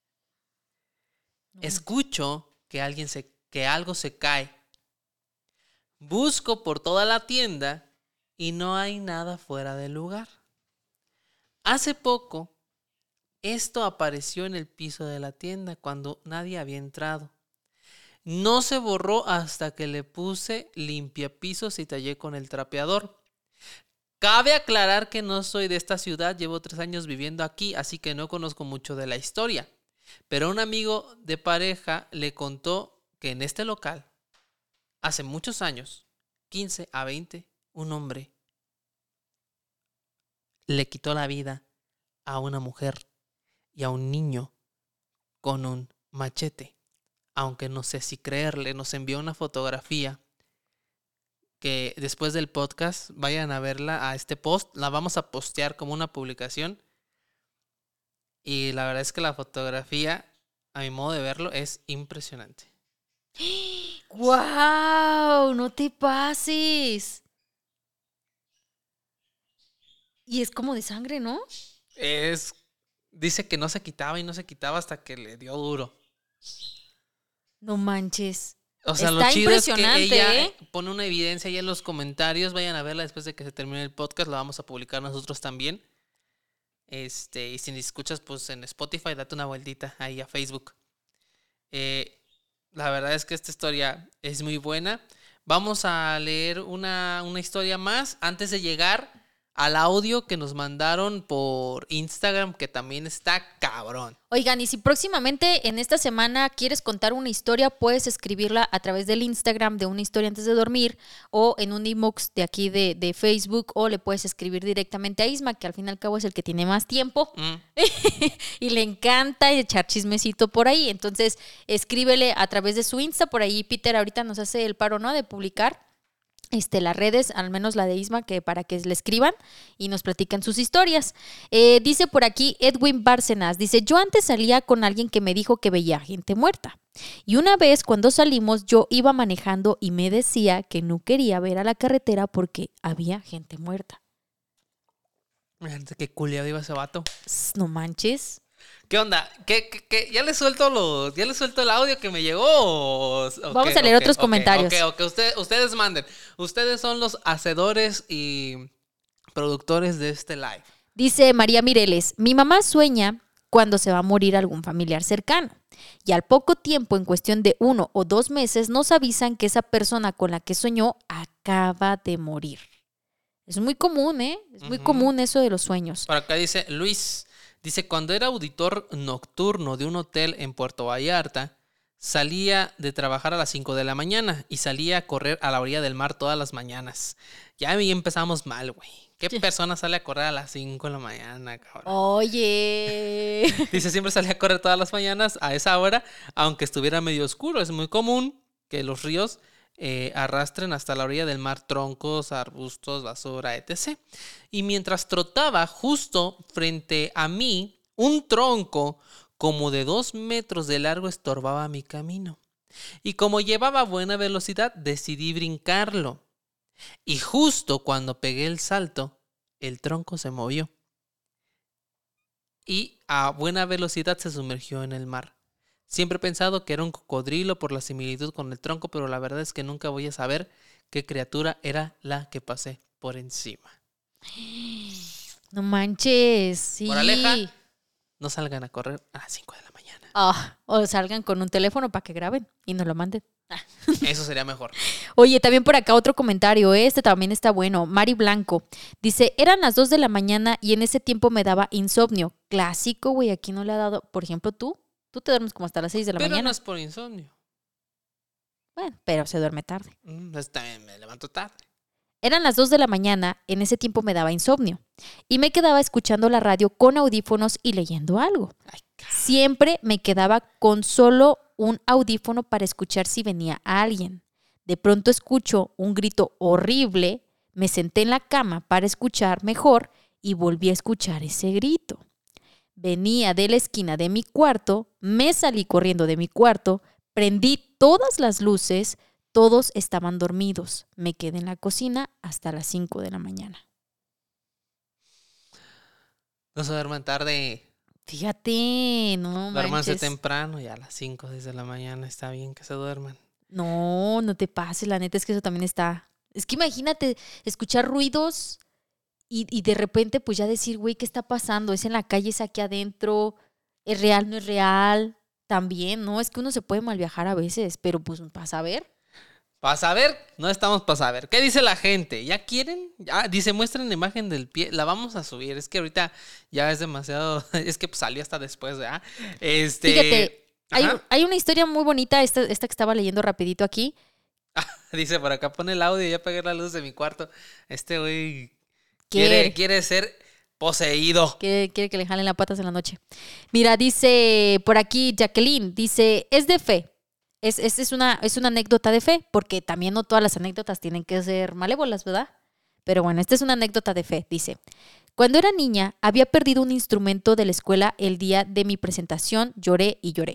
[SPEAKER 3] Escucho que algo se cae. Busco por toda la tienda y no hay nada fuera del lugar. Hace poco, esto apareció en el piso de la tienda cuando nadie había entrado. No se borró hasta que le puse limpiapisos y tallé con el trapeador. Cabe aclarar que no soy de esta ciudad, llevo 3 años viviendo aquí, así que no conozco mucho de la historia. Pero un amigo de pareja le contó que en este local, hace muchos años, 15 a 20, un hombre le quitó la vida a una mujer y a un niño con un machete. Aunque no sé si creerle, nos envió una fotografía que después del podcast vayan a verla a este post. La vamos a postear como una publicación. Y la verdad es que la fotografía, a mi modo de verlo, es impresionante.
[SPEAKER 2] ¡Guau! No te pases. Y es como de sangre, ¿no?
[SPEAKER 3] Dice que no se quitaba y no se quitaba hasta que le dio duro.
[SPEAKER 2] No manches.
[SPEAKER 3] O sea,
[SPEAKER 2] Está
[SPEAKER 3] lo chido es que
[SPEAKER 2] impresionante,
[SPEAKER 3] ella
[SPEAKER 2] ¿eh?
[SPEAKER 3] pone una evidencia ahí en los comentarios. Vayan a verla después de que se termine el podcast. La vamos a publicar nosotros también. Y si escuchas pues en Spotify, date una vueltita ahí a Facebook. La verdad es que esta historia es muy buena. Vamos a leer una historia más antes de llegar al audio que nos mandaron por Instagram, que también está cabrón.
[SPEAKER 2] Oigan, y si próximamente en esta semana quieres contar una historia, puedes escribirla a través del Instagram de Una Historia Antes de Dormir o en un inbox de aquí de Facebook, o le puedes escribir directamente a Isma, que al fin y al cabo es el que tiene más tiempo y le encanta echar chismecito por ahí. Entonces, escríbele a través de su Insta. Por ahí Peter ahorita nos hace el paro, ¿no?, de publicar las redes, al menos la de Isma, que para que le escriban y nos platican sus historias. Dice por aquí Edwin Bárcenas, dice: yo antes salía con alguien que me dijo que veía gente muerta. Y una vez cuando salimos yo iba manejando y me decía que no quería ver a la carretera porque había gente muerta.
[SPEAKER 3] Imagínate qué culiado iba ese vato.
[SPEAKER 2] No manches.
[SPEAKER 3] ¿Qué onda? ¿Qué? ¿Ya les suelto el audio que me llegó?
[SPEAKER 2] Vamos a leer otros comentarios.
[SPEAKER 3] Ustedes manden. Ustedes son los hacedores y productores de este live.
[SPEAKER 2] Dice María Mireles: mi mamá sueña cuando se va a morir algún familiar cercano. Y al poco tiempo, en cuestión de 1 o 2 meses, nos avisan que esa persona con la que soñó acaba de morir. Es muy común, ¿eh? Es muy común eso de los sueños.
[SPEAKER 3] Por acá dice Luis. Dice: cuando era auditor nocturno de un hotel en Puerto Vallarta, salía de trabajar a las 5 de la mañana y salía a correr a la orilla del mar todas las mañanas. Ya ahí empezamos mal, güey. ¿Qué persona sale a correr a las 5 de la mañana, cabrón?
[SPEAKER 2] Oye.
[SPEAKER 3] Dice: siempre salía a correr todas las mañanas a esa hora, aunque estuviera medio oscuro. Es muy común que los ríos arrastren hasta la orilla del mar troncos, arbustos, basura, etc. Y mientras trotaba justo frente a mí, un tronco como de 2 metros de largo estorbaba mi camino. Y como llevaba buena velocidad, decidí brincarlo. Y justo cuando pegué el salto, el tronco se movió. Y a buena velocidad se sumergió en el mar. Siempre he pensado que era un cocodrilo por la similitud con el tronco, pero la verdad es que nunca voy a saber qué criatura era la que pasé por encima.
[SPEAKER 2] No manches, sí.
[SPEAKER 3] Moraleja, no salgan a correr a las 5 de la mañana.
[SPEAKER 2] O salgan con un teléfono para que graben y nos lo manden.
[SPEAKER 3] Eso sería mejor.
[SPEAKER 2] Oye, también por acá otro comentario, este también está bueno. Mari Blanco dice: eran las 2 de la mañana y en ese tiempo me daba insomnio. Clásico, güey, aquí no le ha dado. Por ejemplo, tú te duermes como hasta las 6 de la mañana.
[SPEAKER 3] Pero no es por insomnio.
[SPEAKER 2] Bueno, pero se duerme tarde.
[SPEAKER 3] También me levanto tarde.
[SPEAKER 2] Eran las 2 de la mañana, en ese tiempo me daba insomnio y me quedaba escuchando la radio con audífonos y leyendo algo. Siempre me quedaba con solo un audífono para escuchar si venía alguien. De pronto escucho un grito horrible, me senté en la cama para escuchar mejor y volví a escuchar ese grito. Venía de la esquina de mi cuarto, me salí corriendo de mi cuarto, prendí todas las luces, todos estaban dormidos. Me quedé en la cocina hasta las 5 de la mañana.
[SPEAKER 3] No se duerman tarde.
[SPEAKER 2] Fíjate, no
[SPEAKER 3] Duérmanse
[SPEAKER 2] manches.
[SPEAKER 3] temprano y a las 5 de la mañana está bien que se duerman.
[SPEAKER 2] No te pases, la neta es que eso también está. Es que imagínate escuchar ruidos y de repente pues ya decir, güey, ¿qué está pasando? ¿Es en la calle, es aquí adentro? ¿Es real, no es real? También, ¿no? Es que uno se puede mal viajar a veces, pero pues para saber.
[SPEAKER 3] Para saber, no estamos para saber. ¿Qué dice la gente? ¿Ya quieren? Ya, dice, muestren la imagen del pie. La vamos a subir. Es que ahorita ya es demasiado. Es que pues, salió hasta después, ¿verdad?
[SPEAKER 2] Fíjate, hay una historia muy bonita, esta que estaba leyendo rapidito aquí.
[SPEAKER 3] Dice, por acá pone el audio, ya apagué la luz de mi cuarto. Este güey quiere ser poseído.
[SPEAKER 2] Quiere que le jalen las patas en la noche. Mira, dice por aquí Jacqueline, dice, es de fe. Es una anécdota de fe, porque también no todas las anécdotas tienen que ser malévolas, ¿verdad? Pero bueno, esta es una anécdota de fe. Dice: cuando era niña, había perdido un instrumento de la escuela el día de mi presentación, lloré y lloré.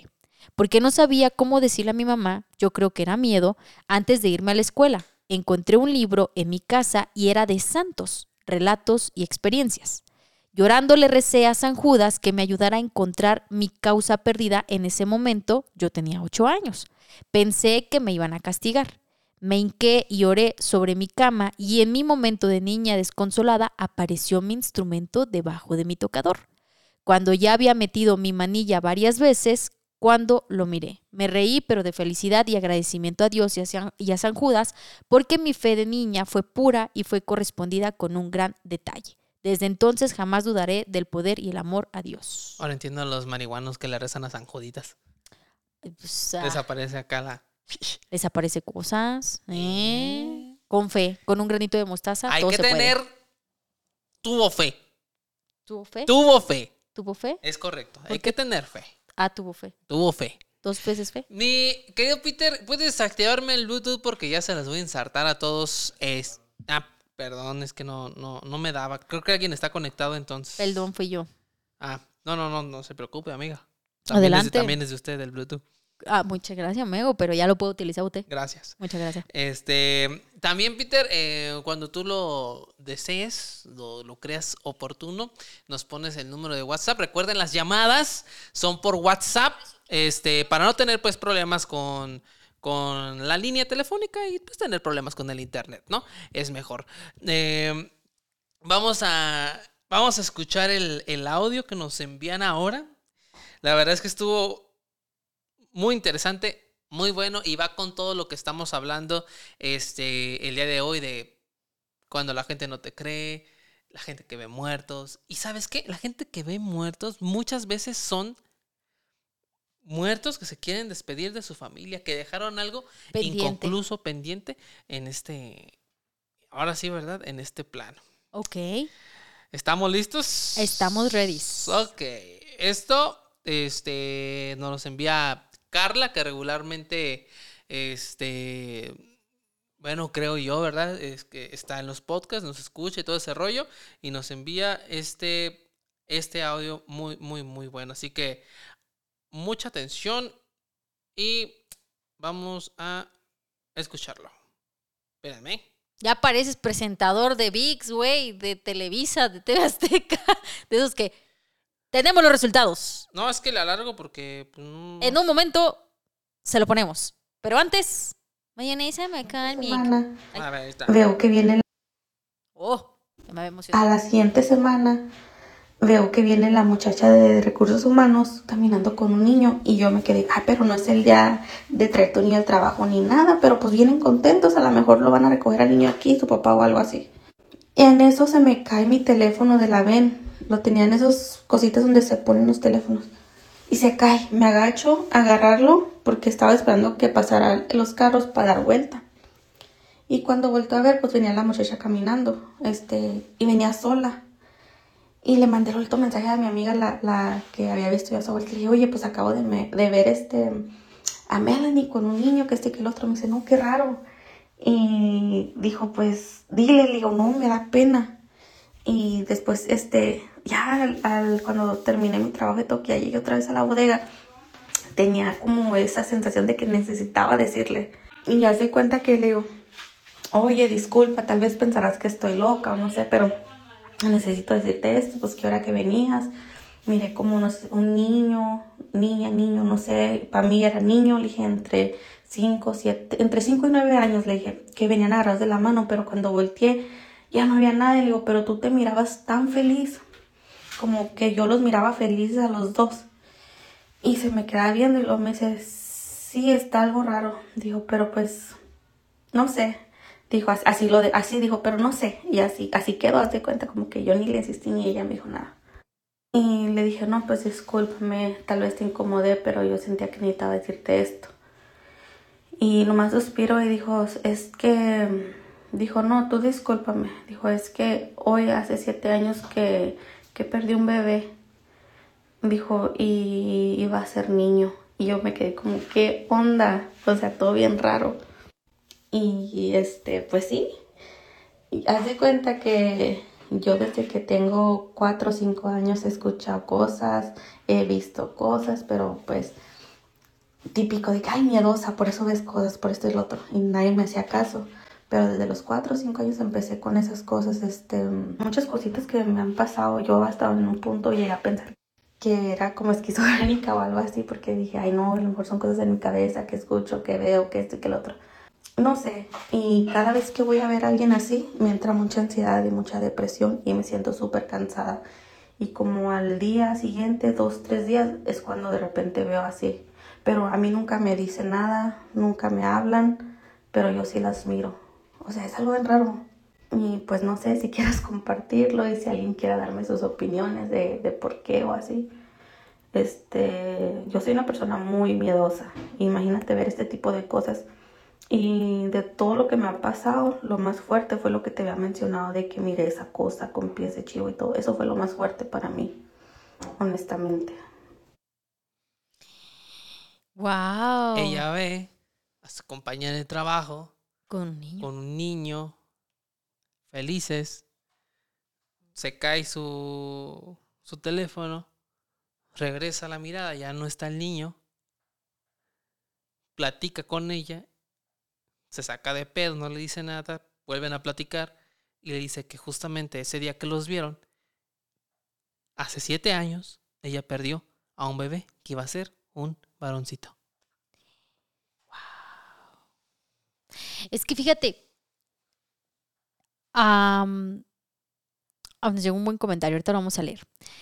[SPEAKER 2] porque no sabía cómo decirle a mi mamá, yo creo que era miedo, antes de irme a la escuela. Encontré un libro en mi casa y era de santos, relatos y experiencias. Llorando le recé a San Judas que me ayudara a encontrar mi causa perdida. En ese momento yo tenía 8 años. Pensé que me iban a castigar. Me hinqué y oré sobre mi cama y en mi momento de niña desconsolada apareció mi instrumento debajo de mi tocador. Cuando ya había metido mi manilla varias veces, cuando lo miré, me reí, pero de felicidad y agradecimiento a Dios y a San Judas, porque mi fe de niña fue pura y fue correspondida con un gran detalle. Desde entonces jamás dudaré del poder y el amor a Dios.
[SPEAKER 3] Ahora entiendo a los marihuanos que le rezan a San Juditas.
[SPEAKER 2] Pues,
[SPEAKER 3] Desaparece acá la...
[SPEAKER 2] les aparece cosas, con fe, con un granito de mostaza.
[SPEAKER 3] Hay
[SPEAKER 2] todo
[SPEAKER 3] que
[SPEAKER 2] se
[SPEAKER 3] tener...
[SPEAKER 2] puede.
[SPEAKER 3] Tuvo fe.
[SPEAKER 2] ¿Tuvo fe?
[SPEAKER 3] Tuvo fe.
[SPEAKER 2] ¿Tuvo fe?
[SPEAKER 3] Es correcto. Hay
[SPEAKER 2] ¿Por
[SPEAKER 3] que
[SPEAKER 2] qué?
[SPEAKER 3] tener fe.
[SPEAKER 2] Tuvo fe.
[SPEAKER 3] Tuvo fe.
[SPEAKER 2] 2 veces fe.
[SPEAKER 3] Mi querido Peter, ¿puedes activarme el Bluetooth? Porque ya se las voy a ensartar a todos. Perdón, es que no me daba. Creo que alguien está conectado entonces.
[SPEAKER 2] Perdón, fui yo.
[SPEAKER 3] No se preocupe, amiga.
[SPEAKER 2] Adelante.
[SPEAKER 3] También es de usted el Bluetooth.
[SPEAKER 2] Muchas gracias, amigo, pero ya lo puedo utilizar usted.
[SPEAKER 3] Gracias.
[SPEAKER 2] Muchas gracias.
[SPEAKER 3] También, Peter, cuando tú lo desees, lo creas oportuno, nos pones el número de WhatsApp. Recuerden, las llamadas son por WhatsApp, para no tener pues problemas con la línea telefónica y pues tener problemas con el internet, ¿no? Es mejor. Vamos a escuchar el audio que nos envían ahora. La verdad es que estuvo muy interesante, muy bueno y va con todo lo que estamos hablando el día de hoy de cuando la gente no te cree, la gente que ve muertos. ¿Y sabes qué? La gente que ve muertos muchas veces son muertos que se quieren despedir de su familia, que dejaron algo inconcluso, pendiente en ahora sí, ¿verdad? En este plano.
[SPEAKER 2] Ok.
[SPEAKER 3] ¿Estamos listos?
[SPEAKER 2] Estamos ready.
[SPEAKER 3] Ok. Esto nos los envía Carla, que regularmente, bueno, creo yo, ¿verdad? Es que está en los podcasts, nos escucha y todo ese rollo, y nos envía este audio muy, muy, muy bueno. Así que mucha atención y vamos a escucharlo. Espérenme.
[SPEAKER 2] Ya pareces presentador de ViX, güey, de Televisa, de TV Azteca, de esos que tenemos los resultados.
[SPEAKER 3] No, es que le alargo porque...
[SPEAKER 2] En un momento se lo ponemos. Pero antes, mayonesa me cae mi...
[SPEAKER 4] A ver, ahí está. Veo que viene...
[SPEAKER 2] Ya me había emocionado.
[SPEAKER 4] A la siguiente semana veo que viene la muchacha de recursos humanos caminando con un niño y yo me quedé, pero no es el día de traer tu niño al trabajo ni nada, pero pues vienen contentos, a lo mejor lo van a recoger al niño aquí, su papá o algo así. Y en eso se me cae mi teléfono de la VEN. Lo tenía en esas cositas donde se ponen los teléfonos. Y se cae. Me agacho a agarrarlo porque estaba esperando que pasaran los carros para dar vuelta. Y cuando volteé a ver, pues venía la muchacha caminando. Y venía sola. Y le mandé el último mensaje a mi amiga, la que había visto yo a su abuela. Le dije, oye, pues acabo de ver a Melanie con un niño, que que el otro. Me dice, no, qué raro. Y dijo, pues, dile. Le digo, no, me da pena. Y después, cuando terminé mi trabajo de toque, ya llegué otra vez a la bodega, tenía como esa sensación de que necesitaba decirle. Y ya se cuenta que le digo, oye, disculpa, tal vez pensarás que estoy loca o no sé, pero necesito decirte esto, pues que ahora que venías, miré como un niño, no sé, para mí era niño, le dije entre 5 y 9 años, le dije, que venían agarrados de la mano, pero cuando volteé, ya no había nada. Le digo, pero tú te mirabas tan feliz, como que yo los miraba felices a los dos. Y se me quedaba viendo y luego me dice, sí, está algo raro. Dijo, pero pues, no sé. Dijo, así dijo, pero no sé. Y así quedó, haz de cuenta, como que yo ni le insistí ni ella me dijo nada. Y le dije, no, pues discúlpame, tal vez te incomodé, pero yo sentía que necesitaba decirte esto. Y nomás suspiró y dijo, dijo, no, tú discúlpame. Dijo, es que hoy hace 7 años que perdí un bebé. Dijo, y iba a ser niño. Y yo me quedé como, ¿qué onda? O sea, todo bien raro. Y pues sí. Y haz de cuenta que yo desde que tengo 4 o 5 años he escuchado cosas, he visto cosas, pero pues típico de que, ay, miedosa, por eso ves cosas, por esto y lo otro. Y nadie me hacía caso. Pero desde los 4 o 5 años empecé con esas cosas, muchas cositas que me han pasado. Yo hasta en un punto llegué a pensar que era como esquizofrénica o algo así, porque dije, ay no, a lo mejor son cosas en mi cabeza, que escucho, que veo, que esto y que lo otro. No sé, y cada vez que voy a ver a alguien así, me entra mucha ansiedad y mucha depresión y me siento súper cansada. Y como al día siguiente, 2, 3 días, es cuando de repente veo así. Pero a mí nunca me dicen nada, nunca me hablan, pero yo sí las miro. O sea, es algo bien raro. Y pues no sé si quieras compartirlo y si alguien quiera darme sus opiniones de por qué o así. Yo soy una persona muy miedosa. Imagínate ver este tipo de cosas. Y de todo lo que me ha pasado, lo más fuerte fue lo que te había mencionado de que miré esa cosa con pies de chivo y todo. Eso fue lo más fuerte para mí, honestamente.
[SPEAKER 2] Wow.
[SPEAKER 3] Ella ve a su compañera de trabajo
[SPEAKER 2] Con un niño.
[SPEAKER 3] con un niño, felices. Se cae su teléfono, regresa la mirada, ya no está el niño. Platica con ella, se saca de pedo, no le dice nada, vuelven a platicar y le dice que justamente ese día que los vieron, hace 7 años, ella perdió a un bebé que iba a ser un varoncito.
[SPEAKER 2] Es que fíjate, nos llegó un buen comentario, ahorita lo vamos a leer.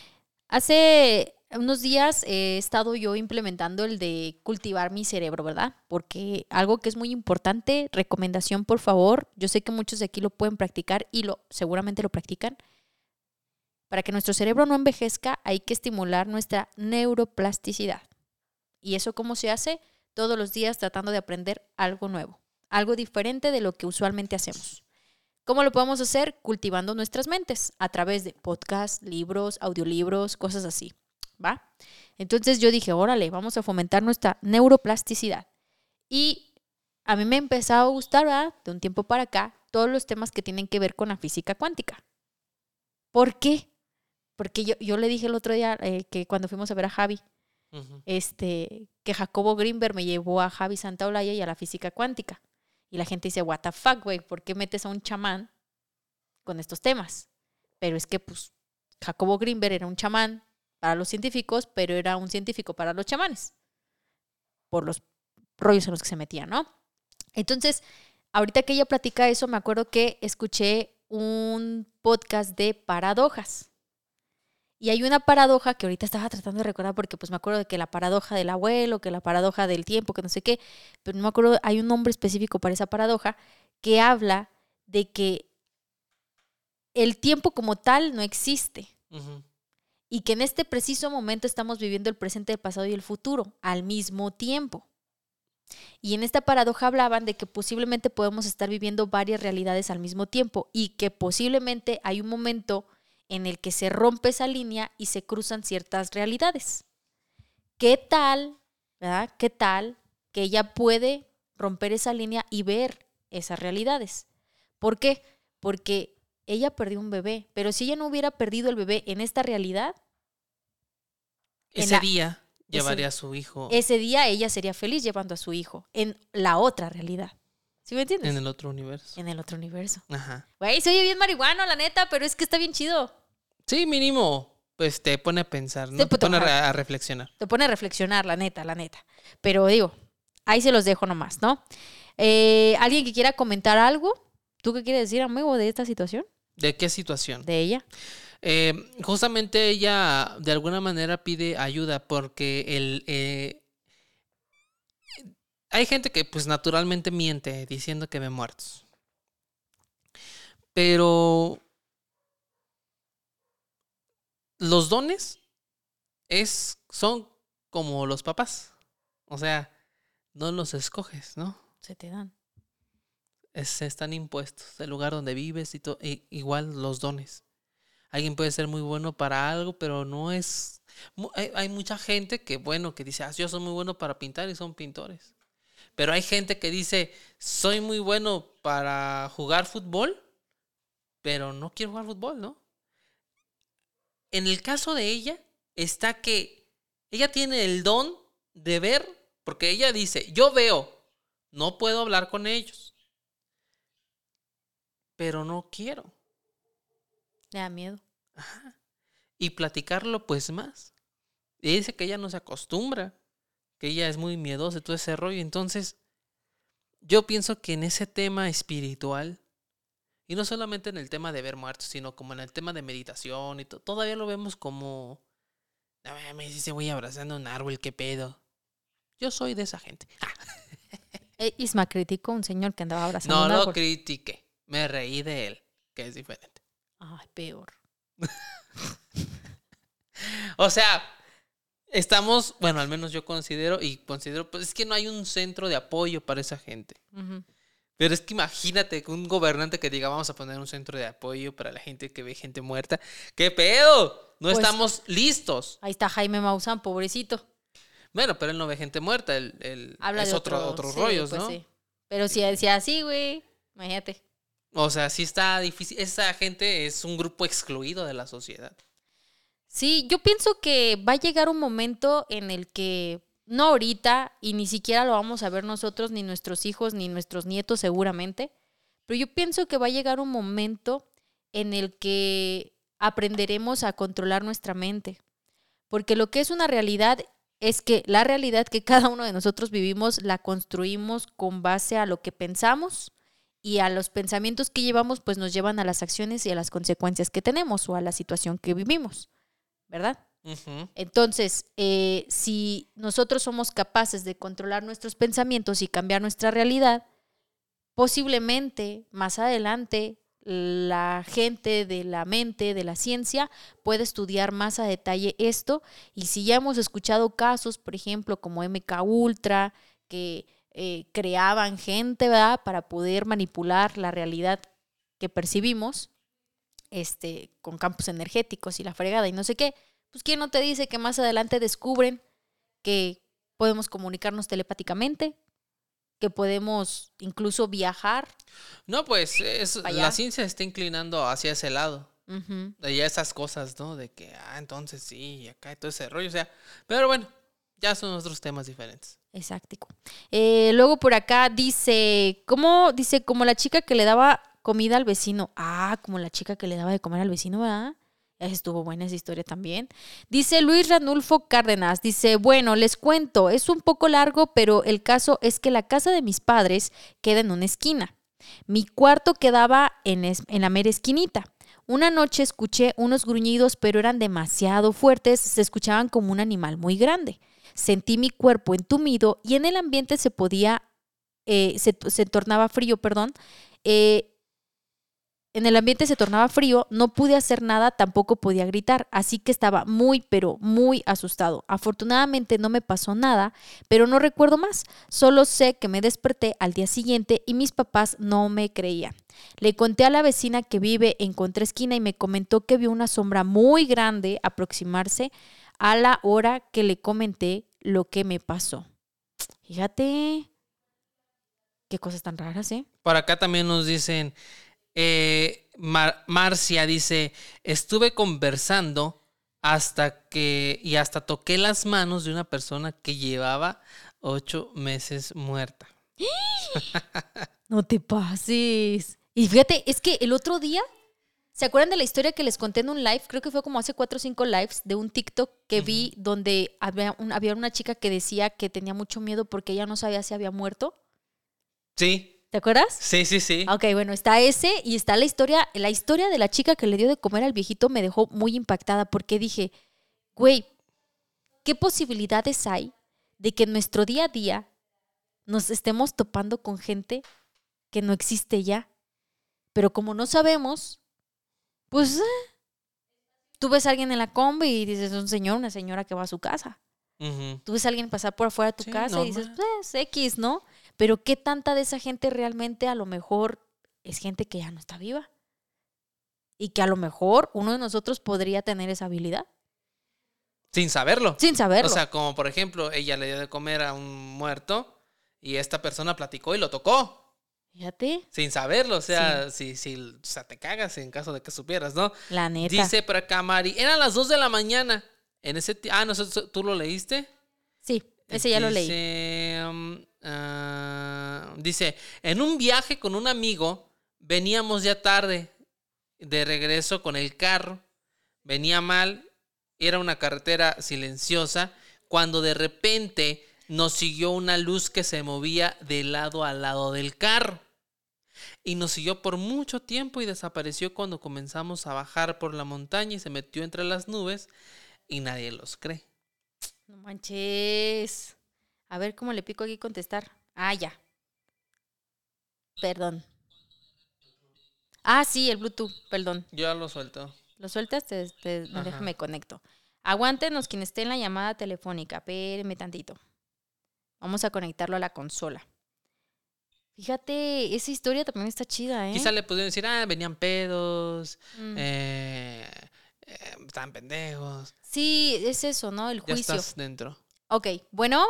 [SPEAKER 2] Hace unos días he estado yo implementando el de cultivar mi cerebro, ¿verdad? Porque algo que es muy importante, recomendación por favor, yo sé que muchos de aquí lo pueden practicar y seguramente lo practican. Para que nuestro cerebro no envejezca hay que estimular nuestra neuroplasticidad. ¿Y eso cómo se hace? Todos los días tratando de aprender algo nuevo, algo diferente de lo que usualmente hacemos. ¿Cómo lo podemos hacer? Cultivando nuestras mentes a través de podcasts, libros, audiolibros, cosas así, ¿va? Entonces yo dije, órale, vamos a fomentar nuestra neuroplasticidad. Y a mí me ha empezado a gustar, ¿verdad? De un tiempo para acá, todos los temas que tienen que ver con la física cuántica. ¿Por qué? Porque yo le dije el otro día que cuando fuimos a ver a Javi, que Jacobo Greenberg me llevó a Javi Santaolalla y a la física cuántica. Y la gente dice, what the fuck, güey, ¿por qué metes a un chamán con estos temas? Pero es que, pues, Jacobo Greenberg era un chamán para los científicos, pero era un científico para los chamanes. Por los rollos en los que se metían, ¿no? Entonces, ahorita que ella platica eso, me acuerdo que escuché un podcast de paradojas. Y hay una paradoja que ahorita estaba tratando de recordar porque pues me acuerdo de que la paradoja del abuelo, que la paradoja del tiempo, que no sé qué, pero no me acuerdo, hay un nombre específico para esa paradoja que habla de que el tiempo como tal no existe. Y que en este preciso momento estamos viviendo el presente, el pasado y el futuro al mismo tiempo. Y en esta paradoja hablaban de que posiblemente podemos estar viviendo varias realidades al mismo tiempo y que posiblemente hay un momento en el que se rompe esa línea y se cruzan ciertas realidades. ¿Qué tal, verdad? ¿Qué tal que ella puede romper esa línea y ver esas realidades? ¿Por qué? Porque ella perdió un bebé, pero si ella no hubiera perdido el bebé en esta realidad,
[SPEAKER 3] ese día llevaría a su hijo.
[SPEAKER 2] Ese día ella sería feliz llevando a su hijo en la otra realidad. ¿Sí me entiendes?
[SPEAKER 3] En el otro universo.
[SPEAKER 2] En el otro universo.
[SPEAKER 3] Ajá.
[SPEAKER 2] Güey, se oye bien marihuano, la neta, pero es que está bien chido.
[SPEAKER 3] Sí, mínimo, pues te pone a pensar, ¿no? Te pone a reflexionar.
[SPEAKER 2] Te pone a reflexionar, la neta. Pero digo, ahí se los dejo nomás, ¿no? ¿Alguien que quiera comentar algo? ¿Tú qué quieres decir, amigo, de esta situación?
[SPEAKER 3] ¿De qué situación?
[SPEAKER 2] De ella.
[SPEAKER 3] Justamente ella de alguna manera pide ayuda porque hay gente que pues naturalmente miente diciendo que ve muertos. Pero los dones son como los papás. O sea, no los escoges, ¿no?
[SPEAKER 2] Se te dan.
[SPEAKER 3] Están impuestos. El lugar donde vives igual los dones. Alguien puede ser muy bueno para algo, pero no es... Hay mucha gente que dice, yo soy muy bueno para pintar y son pintores. Pero hay gente que dice, soy muy bueno para jugar fútbol, pero no quiero jugar fútbol, ¿no? En el caso de ella, está que ella tiene el don de ver Porque ella dice, yo veo, no puedo hablar con ellos, pero no quiero.
[SPEAKER 2] Le da miedo.
[SPEAKER 3] Y platicarlo pues más. Y dice que ella no se acostumbra, que ella es muy miedosa y todo ese rollo. Entonces, yo pienso que en ese tema espiritual, y no solamente en el tema de ver muertos, sino como en el tema de meditación y todavía lo vemos como, no mames, ese güey abrazando un árbol, qué pedo. Yo soy de esa gente.
[SPEAKER 2] Isma criticó a un señor que andaba abrazando
[SPEAKER 3] No
[SPEAKER 2] un
[SPEAKER 3] lo
[SPEAKER 2] árbol.
[SPEAKER 3] critiqué, me reí de él, que es diferente.
[SPEAKER 2] Ay, peor.
[SPEAKER 3] O sea, estamos, bueno, al menos yo considero, pues es que no hay un centro de apoyo para esa gente.
[SPEAKER 2] Ujú.
[SPEAKER 3] Pero es que imagínate que un gobernante que diga, vamos a poner un centro de apoyo para la gente que ve gente muerta. ¿Qué pedo? No
[SPEAKER 2] Pues-
[SPEAKER 3] estamos listos.
[SPEAKER 2] Ahí está Jaime Maussan, pobrecito.
[SPEAKER 3] Bueno, pero él no ve gente muerta, él
[SPEAKER 2] Habla
[SPEAKER 3] es
[SPEAKER 2] de
[SPEAKER 3] otros
[SPEAKER 2] sí,
[SPEAKER 3] rollos,
[SPEAKER 2] pues
[SPEAKER 3] ¿no?
[SPEAKER 2] sí. Pero si decía así, güey, imagínate.
[SPEAKER 3] O sea, sí está difícil. Esa gente es un grupo excluido de la sociedad.
[SPEAKER 2] Sí, yo pienso que va a llegar un momento en el que, no ahorita, y ni siquiera lo vamos a ver nosotros, ni nuestros hijos, ni nuestros nietos seguramente, pero yo pienso que va a llegar un momento en el que aprenderemos a controlar nuestra mente. Porque lo que es una realidad es que la realidad que cada uno de nosotros vivimos la construimos con base a lo que pensamos y a los pensamientos que llevamos, pues nos llevan a las acciones y a las consecuencias que tenemos o a la situación que vivimos, ¿verdad?
[SPEAKER 3] Ujú.
[SPEAKER 2] Entonces, si nosotros somos capaces de controlar nuestros pensamientos y cambiar nuestra realidad, posiblemente más adelante la gente de la mente, de la ciencia, puede estudiar más a detalle esto. Y si ya hemos escuchado casos, por ejemplo, como MK Ultra, que creaban gente, ¿verdad?, para poder manipular la realidad que percibimos, con campos energéticos y la fregada y no sé qué, pues ¿quién no te dice que más adelante descubren que podemos comunicarnos telepáticamente, que podemos incluso viajar?
[SPEAKER 3] No, pues
[SPEAKER 2] Allá.
[SPEAKER 3] la ciencia está inclinando hacia ese lado.
[SPEAKER 2] Uh-huh.
[SPEAKER 3] De ya esas cosas, ¿no? De que, entonces sí, y acá y todo ese rollo. O sea, pero bueno, ya son otros temas diferentes.
[SPEAKER 2] Exacto. Luego por acá dice, como la chica que le daba comida al vecino. Como la chica que le daba de comer al vecino, ¿verdad? Estuvo buena esa historia también. Dice Luis Ranulfo Cárdenas, dice, bueno, les cuento, es un poco largo, pero el caso es que la casa de mis padres queda en una esquina. Mi cuarto quedaba en la mera esquinita. Una noche escuché unos gruñidos, pero eran demasiado fuertes, se escuchaban como un animal muy grande. Sentí mi cuerpo entumido y en el ambiente se tornaba frío, en el ambiente se tornaba frío, no pude hacer nada, tampoco podía gritar, así que estaba muy, pero muy asustado. Afortunadamente no me pasó nada, pero no recuerdo más. Solo sé que me desperté al día siguiente y mis papás no me creían. Le conté a la vecina que vive en contraesquina y me comentó que vio una sombra muy grande aproximarse a la hora que le comenté lo que me pasó. Fíjate, qué cosas tan raras, ¿eh?
[SPEAKER 3] Por acá también nos dicen, Marcia dice, estuve conversando hasta toqué las manos de una persona que llevaba 8 meses muerta.
[SPEAKER 2] No te pases. Y fíjate, es que el otro día, ¿se acuerdan de la historia que les conté en un live? Creo que fue como hace 4 o 5 lives de un TikTok que vi donde había una chica que decía que tenía mucho miedo porque ella no sabía si había muerto.
[SPEAKER 3] Sí.
[SPEAKER 2] ¿Te acuerdas?
[SPEAKER 3] Sí.
[SPEAKER 2] Ok, bueno, está ese y está la historia. La historia de la chica que le dio de comer al viejito me dejó muy impactada porque dije, güey, ¿qué posibilidades hay de que en nuestro día a día nos estemos topando con gente que no existe ya? Pero como no sabemos, pues tú ves a alguien en la combi y dices, un señor, una señora que va a su casa.
[SPEAKER 3] Uh-huh.
[SPEAKER 2] Tú ves a alguien pasar por afuera de tu casa
[SPEAKER 3] normal.
[SPEAKER 2] y dices, pues X, ¿no? Pero ¿qué tanta de esa gente realmente a lo mejor es gente que ya no está viva? Y que a lo mejor uno de nosotros podría tener esa habilidad.
[SPEAKER 3] Sin saberlo.
[SPEAKER 2] Sin saberlo.
[SPEAKER 3] O sea, como por ejemplo, ella le dio de comer a un muerto y esta persona platicó y lo tocó.
[SPEAKER 2] Fíjate.
[SPEAKER 3] Sin saberlo, o sea, si o sea, te cagas en caso de que supieras, ¿no?
[SPEAKER 2] La neta.
[SPEAKER 3] Dice por acá Mari, eran las 2 de la mañana. En ese no sé, ¿tú lo leíste?
[SPEAKER 2] Sí. Ese ya lo leí.
[SPEAKER 3] Dice, en un viaje con un amigo, veníamos ya tarde de regreso con el carro. Venía mal, era una carretera silenciosa, cuando de repente nos siguió una luz que se movía de lado a lado del carro. Y nos siguió por mucho tiempo y desapareció cuando comenzamos a bajar por la montaña y se metió entre las nubes y nadie los cree.
[SPEAKER 2] No manches. A ver cómo le pico aquí contestar. Ah, ya. Perdón. Ah, sí, el Bluetooth, perdón.
[SPEAKER 3] Yo ya lo suelto.
[SPEAKER 2] ¿Lo sueltas? Déjame conecto. Aguántenos quien esté en la llamada telefónica. Espérenme tantito. Vamos a conectarlo a la consola. Fíjate, esa historia también está chida, ¿eh?
[SPEAKER 3] Quizá le pudieron decir, venían pedos, estaban pendejos.
[SPEAKER 2] Sí, es eso, ¿no? El
[SPEAKER 3] Ya
[SPEAKER 2] juicio.
[SPEAKER 3] estás dentro.
[SPEAKER 2] Ok, bueno.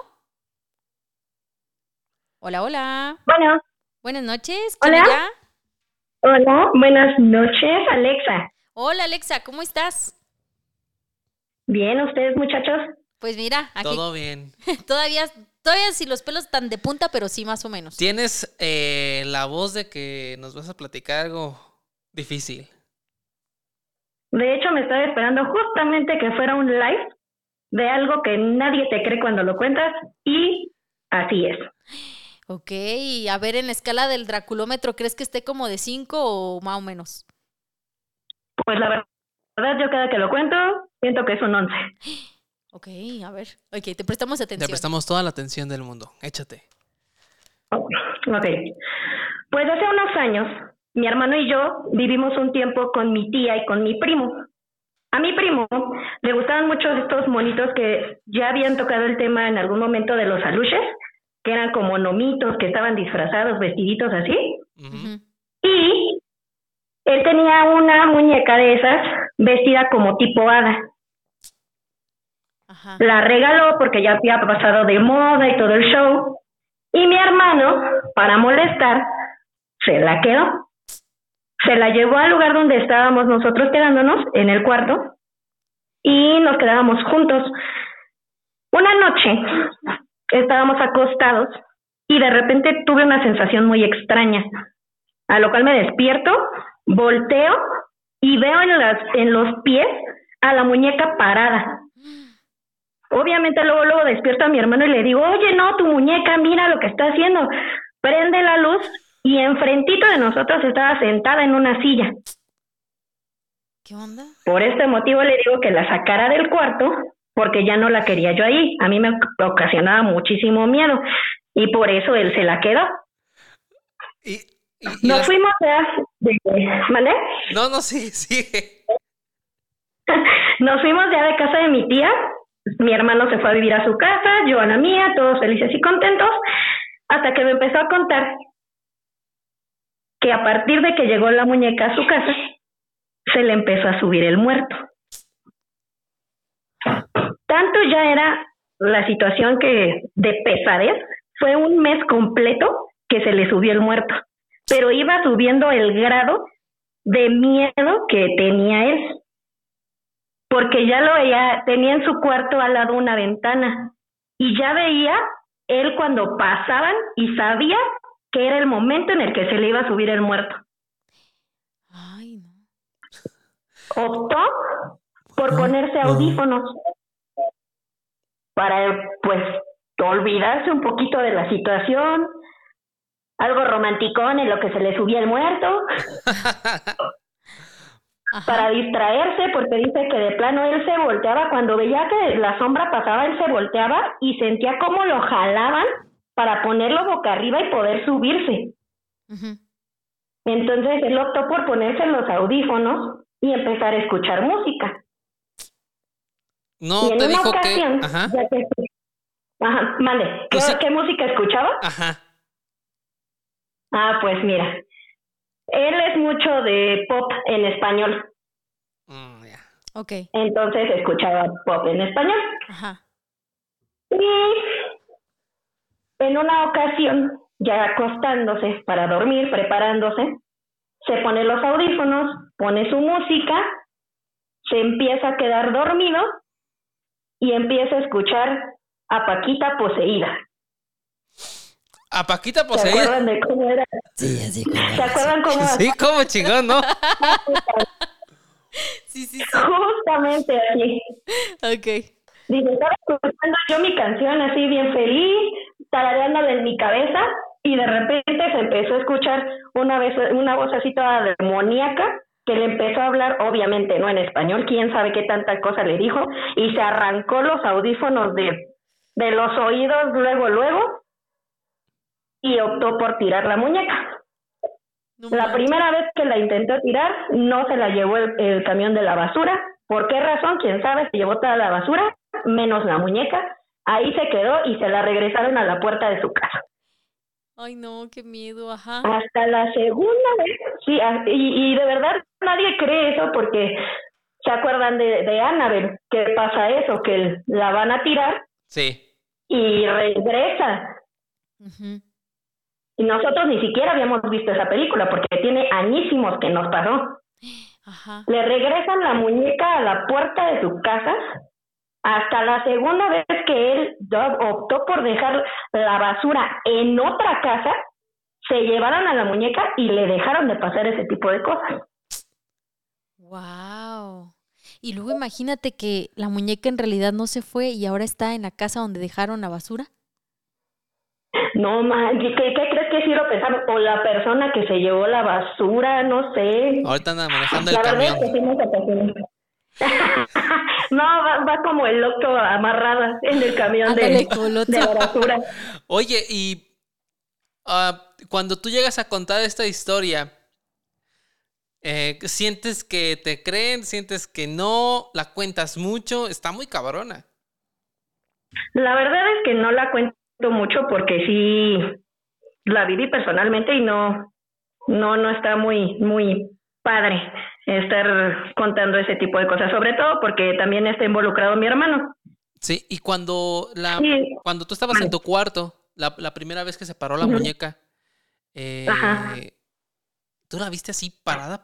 [SPEAKER 2] Hola.
[SPEAKER 5] Bueno,
[SPEAKER 2] Buenas noches. ¿Quién
[SPEAKER 5] Hola.
[SPEAKER 2] habla?
[SPEAKER 5] hola, buenas noches, Alexa.
[SPEAKER 2] Hola, Alexa, ¿cómo estás?
[SPEAKER 5] Bien, ¿ustedes, muchachos?
[SPEAKER 2] Pues mira, aquí
[SPEAKER 3] Todo bien.
[SPEAKER 2] todavía sin los pelos tan de punta, pero sí más o menos.
[SPEAKER 3] Tienes la voz de que nos vas a platicar algo difícil.
[SPEAKER 5] De hecho, me estaba esperando justamente que fuera un live de algo que nadie te cree cuando lo cuentas, y así es.
[SPEAKER 2] Ok, a ver, en la escala del Draculómetro, ¿crees que esté como de 5 o más o menos?
[SPEAKER 5] Pues la verdad, yo cada que lo cuento, siento que es un 11.
[SPEAKER 2] Ok, a ver. Ok, te prestamos
[SPEAKER 3] Te
[SPEAKER 2] atención.
[SPEAKER 3] prestamos toda la atención del mundo. Échate.
[SPEAKER 5] Ok. Pues hace unos años, mi hermano y yo vivimos un tiempo con mi tía y con mi primo. A mi primo le gustaban mucho estos monitos que ya habían tocado el tema en algún momento de los aluches, que eran como nomitos que estaban disfrazados, vestiditos así.
[SPEAKER 2] Ujú.
[SPEAKER 5] Y él tenía una muñeca de esas vestida como tipo hada.
[SPEAKER 2] Ajá.
[SPEAKER 5] La regaló porque ya había pasado de moda y todo el show. Y mi hermano, para molestar, se la quedó. Se la llevó al lugar donde estábamos nosotros quedándonos, en el cuarto, y nos quedábamos juntos. Una noche estábamos acostados y de repente tuve una sensación muy extraña, a lo cual me despierto, volteo y veo en los pies a la muñeca parada. Obviamente luego despierto a mi hermano y le digo, oye, no, tu muñeca, mira lo que está haciendo. Prende la luz y enfrentito de nosotros estaba sentada en una silla.
[SPEAKER 2] ¿Qué onda?
[SPEAKER 5] Por este motivo le digo que la sacara del cuarto porque ya no la quería yo ahí. A mí me ocasionaba muchísimo miedo y por eso él se la quedó.
[SPEAKER 3] Y
[SPEAKER 5] Nos fuimos ¿vale?
[SPEAKER 3] No, sigue.
[SPEAKER 5] Nos fuimos ya de casa de mi tía. Mi hermano se fue a vivir a su casa, yo a la mía, todos felices y contentos, hasta que me empezó a contar que a partir de que llegó la muñeca a su casa, se le empezó a subir el muerto. Tanto ya era la situación que de pesadez, fue un mes completo que se le subió el muerto, pero iba subiendo el grado de miedo que tenía él. Porque ya lo veía, tenía en su cuarto al lado una ventana y ya veía él cuando pasaban y sabía que era el momento en el que se le iba a subir el muerto.
[SPEAKER 2] Ay, no.
[SPEAKER 5] Optó por ponerse audífonos para, pues, olvidarse un poquito de la situación, algo romanticón en lo que se le subía el muerto.
[SPEAKER 2] Ajá.
[SPEAKER 5] Para distraerse, porque dice que de plano él se volteaba, cuando veía que la sombra pasaba, él se volteaba y sentía cómo lo jalaban para ponerlo boca arriba y poder subirse.
[SPEAKER 2] Ujú.
[SPEAKER 5] Entonces él optó por ponerse los audífonos y empezar a escuchar música.
[SPEAKER 3] No,
[SPEAKER 5] Y en
[SPEAKER 3] te
[SPEAKER 5] una
[SPEAKER 3] dijo que...
[SPEAKER 5] ocasión,
[SPEAKER 3] Ajá.
[SPEAKER 5] ya que... Ajá, mande, ¿qué música escuchaba?
[SPEAKER 3] Ajá.
[SPEAKER 5] Ah, pues mira, él es mucho de pop en español.
[SPEAKER 3] Ya.
[SPEAKER 2] Ok.
[SPEAKER 5] Entonces escuchaba pop en español.
[SPEAKER 2] Ajá.
[SPEAKER 5] Y en una ocasión, ya acostándose para dormir, preparándose, se pone los audífonos, pone su música, se empieza a quedar dormido y empieza a escuchar a Paquita poseída.
[SPEAKER 3] A Paquita
[SPEAKER 5] ¿Se
[SPEAKER 3] poseída.
[SPEAKER 5] acuerdan de cómo era?
[SPEAKER 2] Sí, así
[SPEAKER 5] ¿Se acuerdan cómo?
[SPEAKER 3] Sí, como chingón, ¿no?
[SPEAKER 2] Sí.
[SPEAKER 5] Justamente así.
[SPEAKER 2] Ok.
[SPEAKER 5] Dice, estaba escuchando yo mi canción así bien feliz, tarareándola en mi cabeza, y de repente se empezó a escuchar una voz así toda demoníaca, que le empezó a hablar, obviamente no en español, quién sabe qué tanta cosa le dijo, y se arrancó los audífonos de los oídos luego, y optó por tirar la muñeca.
[SPEAKER 2] No
[SPEAKER 5] La
[SPEAKER 2] manches.
[SPEAKER 5] primera vez que la intentó tirar, no se la llevó el camión de la basura. ¿Por qué razón? Quién sabe, se llevó toda la basura, menos la muñeca. Ahí se quedó y se la regresaron a la puerta de su casa.
[SPEAKER 2] Ay, no, qué miedo, ajá.
[SPEAKER 5] Hasta la segunda vez, sí, y de verdad nadie cree eso porque se acuerdan de Annabelle, que pasa eso, que la van a tirar
[SPEAKER 3] Sí.
[SPEAKER 5] y regresa.
[SPEAKER 2] Ujú.
[SPEAKER 5] Y nosotros ni siquiera habíamos visto esa película porque tiene añísimos que nos pasó.
[SPEAKER 2] Ajá.
[SPEAKER 5] Le regresan la muñeca a la puerta de su casa. Hasta la segunda vez que él optó por dejar la basura en otra casa, se llevaron a la muñeca y le dejaron de pasar ese tipo de cosas.
[SPEAKER 2] Wow. Y luego imagínate que la muñeca en realidad no se fue y ahora está en la casa donde dejaron la basura.
[SPEAKER 5] No, man, ¿qué crees que sí lo pensaron? O la persona que se llevó la basura, no sé.
[SPEAKER 3] Ahorita anda manejando el
[SPEAKER 5] La verdad
[SPEAKER 3] camión.
[SPEAKER 5] es que sí nos apasionó. No, va como el loco amarrada en el camión
[SPEAKER 2] Ándale, como el otro.
[SPEAKER 5] de la basura.
[SPEAKER 3] Oye, y cuando tú llegas a contar esta historia, ¿sientes que te creen? ¿Sientes que no? ¿La cuentas mucho? Está muy cabrona.
[SPEAKER 5] La verdad es que no la cuento mucho porque sí la viví personalmente y no está muy padre estar contando ese tipo de cosas, sobre todo porque también está involucrado mi hermano.
[SPEAKER 3] Sí, y cuando
[SPEAKER 5] Sí.
[SPEAKER 3] cuando tú estabas en tu cuarto, la primera vez que se paró la
[SPEAKER 5] Ujú.
[SPEAKER 3] muñeca,
[SPEAKER 5] Ajá.
[SPEAKER 3] ¿tú la viste así parada?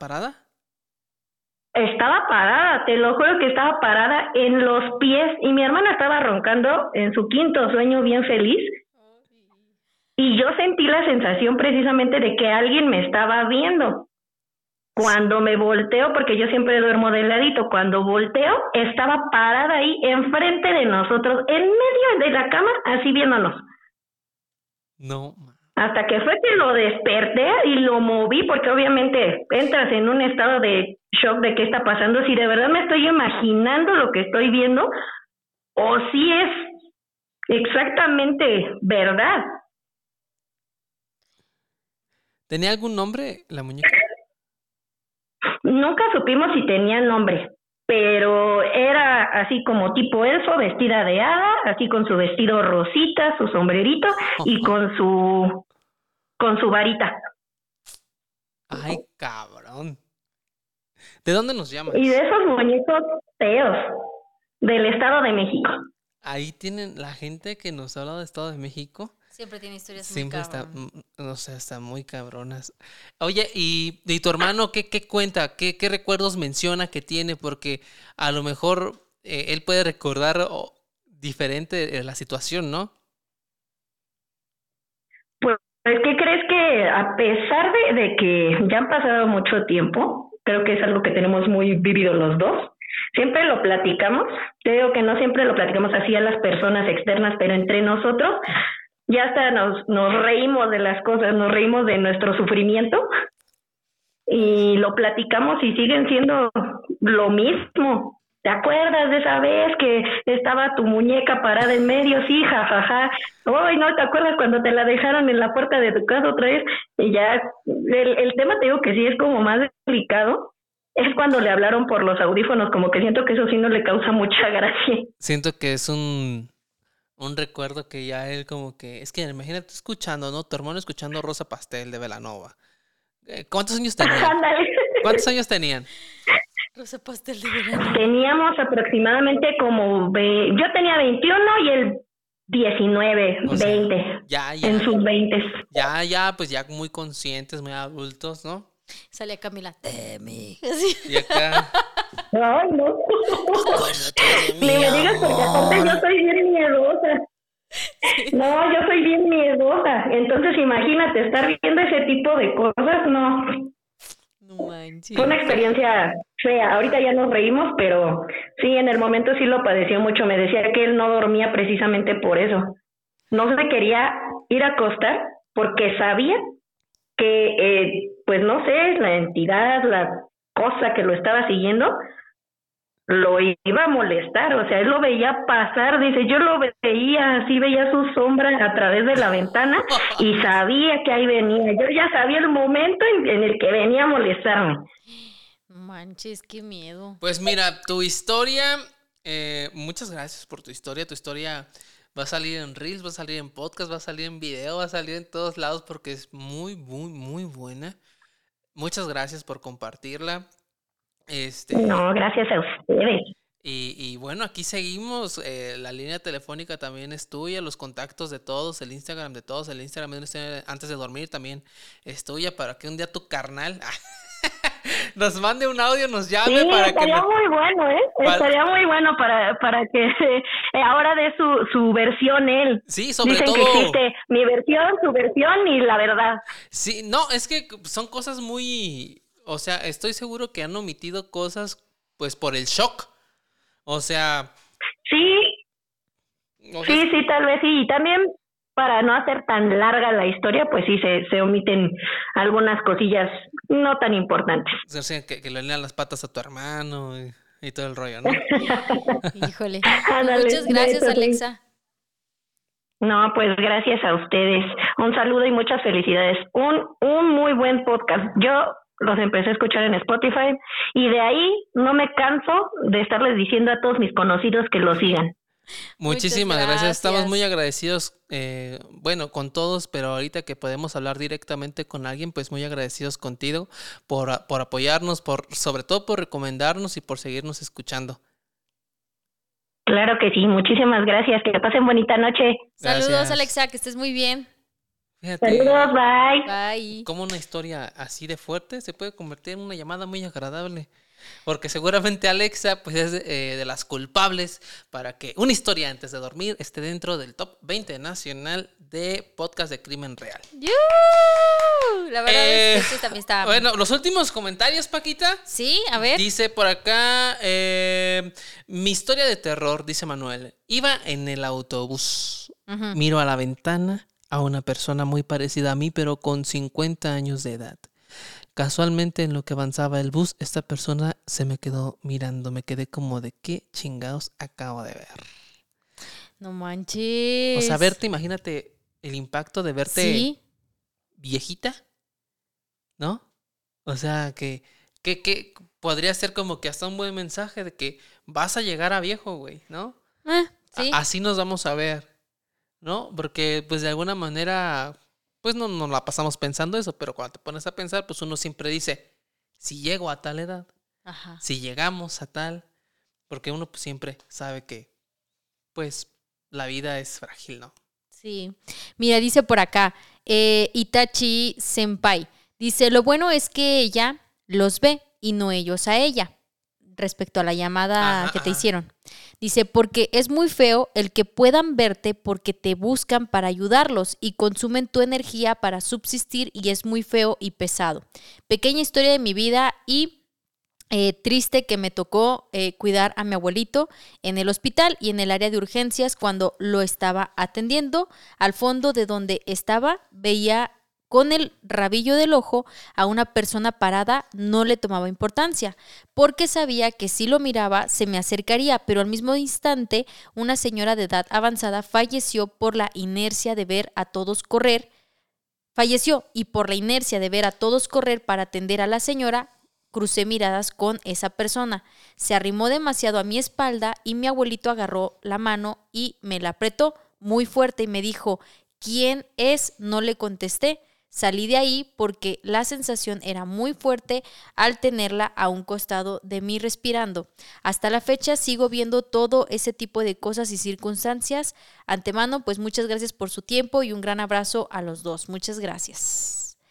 [SPEAKER 5] Estaba parada, te lo juro que estaba parada en los pies y mi hermana estaba roncando en su quinto sueño bien feliz y yo sentí la sensación precisamente de que alguien me estaba viendo. Cuando me volteo, porque yo siempre duermo de ladito, cuando volteo estaba parada ahí enfrente de nosotros, en medio de la cama, así viéndonos.
[SPEAKER 3] No.
[SPEAKER 5] Hasta que fue que lo desperté y lo moví, porque obviamente entras en un estado de shock de qué está pasando, si de verdad me estoy imaginando lo que estoy viendo, o si es exactamente verdad.
[SPEAKER 3] ¿Tenía algún nombre la muñeca?
[SPEAKER 5] Nunca supimos si tenía nombre, pero era así como tipo elfo, vestida de hada, así con su vestido rosita, su sombrerito y con su varita.
[SPEAKER 3] Ay, cabrón. ¿De dónde nos llamas?
[SPEAKER 5] Y de esos muñecos feos del Estado de México.
[SPEAKER 3] Ahí tienen la gente que nos habla de Estado de México.
[SPEAKER 2] Siempre tiene historias
[SPEAKER 3] Siempre
[SPEAKER 2] muy
[SPEAKER 3] está,
[SPEAKER 2] cabronas.
[SPEAKER 3] o sea, están muy cabronas. Oye, ¿y tu hermano qué cuenta? ¿Qué recuerdos menciona que tiene? Porque a lo mejor él puede recordar diferente la situación, ¿no?
[SPEAKER 5] Pues, ¿qué crees? Que a pesar de que ya han pasado mucho tiempo, creo que es algo que tenemos muy vivido los dos, siempre lo platicamos. Te digo que no siempre lo platicamos así a las personas externas, pero entre nosotros ya hasta nos reímos de las cosas, nos reímos de nuestro sufrimiento y lo platicamos y siguen siendo lo mismo. ¿Te acuerdas de esa vez que estaba tu muñeca parada en medio? Sí, jajaja. Ay, no, ¿te acuerdas cuando te la dejaron en la puerta de tu casa otra vez? Y ya, el tema te digo que sí es como más delicado. Es cuando le hablaron por los audífonos, como que siento que eso sí no le causa mucha gracia.
[SPEAKER 3] Siento que es un recuerdo que ya él como que... Es que imagínate escuchando, ¿no? Tu hermano escuchando Rosa Pastel de Belanova. ¿Cuántos años tenían?
[SPEAKER 5] Ándale.
[SPEAKER 3] ¿Cuántos años tenían?
[SPEAKER 2] Rosa Pastel de verano.
[SPEAKER 5] Teníamos aproximadamente como... Yo tenía 21 y él 19,
[SPEAKER 3] O sea,
[SPEAKER 5] 20.
[SPEAKER 3] ya.
[SPEAKER 5] En sus 20.
[SPEAKER 3] Ya, pues ya muy conscientes, muy adultos, ¿no?
[SPEAKER 2] Salía Camila, Temi.
[SPEAKER 3] Y acá,
[SPEAKER 5] Ay, no.
[SPEAKER 3] acuérdate de mí.
[SPEAKER 5] Ni me digas porque aparte yo soy bien miedosa. No, yo soy bien miedosa. Entonces imagínate estar viendo ese tipo de cosas, no.
[SPEAKER 2] No manches.
[SPEAKER 5] Fue una experiencia fea. Ahorita ya nos reímos, pero sí, en el momento sí lo padeció mucho. Me decía que él no dormía precisamente por eso. No se quería ir a acostar porque sabía que, pues no sé, la entidad, la cosa que lo estaba siguiendo, lo iba a molestar. O sea, él lo veía pasar, dice, yo lo veía así, veía su sombra a través de la ventana y sabía que ahí venía. Yo ya sabía el momento en el que venía a molestarme.
[SPEAKER 2] Manches, qué miedo.
[SPEAKER 3] Pues mira, tu historia, muchas gracias por tu historia. Tu historia va a salir en Reels, va a salir en podcast, va a salir en video, va a salir en todos lados porque es muy, muy, muy buena. Muchas gracias por compartirla.
[SPEAKER 5] No, gracias a ustedes.
[SPEAKER 3] Y bueno, aquí seguimos. La línea telefónica también es tuya, los contactos de todos, el Instagram de todos, el Instagram de antes de dormir también es tuya para que un día tu carnal nos mande un audio, nos llame
[SPEAKER 5] Sí,
[SPEAKER 3] para que
[SPEAKER 5] estaría muy bueno, ¿eh?
[SPEAKER 3] para-
[SPEAKER 5] Estaría muy bueno para que ahora dé su versión él.
[SPEAKER 3] Sí, sobre
[SPEAKER 5] Dicen
[SPEAKER 3] todo.
[SPEAKER 5] que existe mi versión, su versión y la verdad.
[SPEAKER 3] Sí, no, es que son cosas muy, o sea, estoy seguro que han omitido cosas pues por el shock. O sea,
[SPEAKER 5] Sí,
[SPEAKER 3] o sea,
[SPEAKER 5] sí, tal vez sí. Y también para no hacer tan larga la historia, pues sí se omiten algunas cosillas no tan importantes.
[SPEAKER 3] o sea, que le lean las patas a tu hermano y todo el rollo, ¿no?
[SPEAKER 2] Híjole.
[SPEAKER 5] Ándale,
[SPEAKER 2] Muchas gracias,
[SPEAKER 5] eso sí.
[SPEAKER 2] Alexa.
[SPEAKER 5] No, pues gracias a ustedes. Un saludo y muchas felicidades. Un muy buen podcast. Yo los empecé a escuchar en Spotify y de ahí no me canso de estarles diciendo a todos mis conocidos que lo sigan.
[SPEAKER 3] Muchísimas
[SPEAKER 2] Muchas
[SPEAKER 3] gracias. Estamos
[SPEAKER 2] gracias.
[SPEAKER 3] muy agradecidos, bueno, con todos, pero ahorita que podemos hablar directamente con alguien, pues muy agradecidos contigo por apoyarnos, sobre todo por recomendarnos y por seguirnos escuchando.
[SPEAKER 5] Claro que sí, muchísimas gracias. Que pasen bonita noche.
[SPEAKER 2] Saludos,
[SPEAKER 3] Gracias.
[SPEAKER 2] Alexa, que estés muy bien.
[SPEAKER 3] Fíjate
[SPEAKER 5] Saludos, bye.
[SPEAKER 2] Bye.
[SPEAKER 3] cómo una historia así de fuerte se puede convertir en una llamada muy agradable. Porque seguramente Alexa pues es de las culpables para que una historia antes de dormir esté dentro del top 20 nacional de podcast de crimen real.
[SPEAKER 2] ¡Yu! La verdad es que este también está...
[SPEAKER 3] Bueno, los últimos comentarios, Paquita.
[SPEAKER 2] Sí, a ver.
[SPEAKER 3] Dice por acá, mi historia de terror, dice Manuel. Iba en el autobús.
[SPEAKER 2] Ujú.
[SPEAKER 3] Miro a la ventana a una persona muy parecida a mí, pero con 50 años de edad. Casualmente, en lo que avanzaba el bus, esta persona se me quedó mirando. Me quedé como de qué chingados acabo de ver.
[SPEAKER 2] No manches.
[SPEAKER 3] O sea, verte, imagínate el impacto de verte
[SPEAKER 2] Sí.
[SPEAKER 3] viejita, ¿no? O sea, que podría ser como que hasta un buen mensaje de que vas a llegar a viejo, güey, ¿no?
[SPEAKER 2] Sí.
[SPEAKER 3] Así nos vamos a ver, ¿no? Porque pues de alguna manera, pues no nos la pasamos pensando eso, pero cuando te pones a pensar, pues uno siempre dice, si llego a tal edad,
[SPEAKER 2] Ajá.
[SPEAKER 3] si llegamos a tal, porque uno pues siempre sabe que pues la vida es frágil, ¿no?
[SPEAKER 2] Sí. Mira, dice por acá, Itachi Senpai. Dice, lo bueno es que ella los ve y no ellos a ella. Respecto a la llamada
[SPEAKER 3] Ajá,
[SPEAKER 2] que te
[SPEAKER 3] ajá.
[SPEAKER 2] hicieron. Dice, porque es muy feo el que puedan verte porque te buscan para ayudarlos y consumen tu energía para subsistir y es muy feo y pesado. Pequeña historia de mi vida y triste que me tocó cuidar a mi abuelito en el hospital y en el área de urgencias cuando lo estaba atendiendo. Al fondo de donde estaba veía con el rabillo del ojo a una persona parada, no le tomaba importancia, porque sabía que si lo miraba se me acercaría, pero al mismo instante una señora de edad avanzada falleció por la inercia de ver a todos correr. Falleció y por la inercia de ver a todos correr para atender a la señora, crucé miradas con esa persona. Se arrimó demasiado a mi espalda y mi abuelito agarró la mano y me la apretó muy fuerte y me dijo, ¿quién es? No le contesté. Salí de ahí porque la sensación era muy fuerte al tenerla a un costado de mí respirando. Hasta la fecha sigo viendo todo ese tipo de cosas y circunstancias. Antemano, pues muchas gracias por su tiempo y un gran abrazo a los dos. Muchas gracias.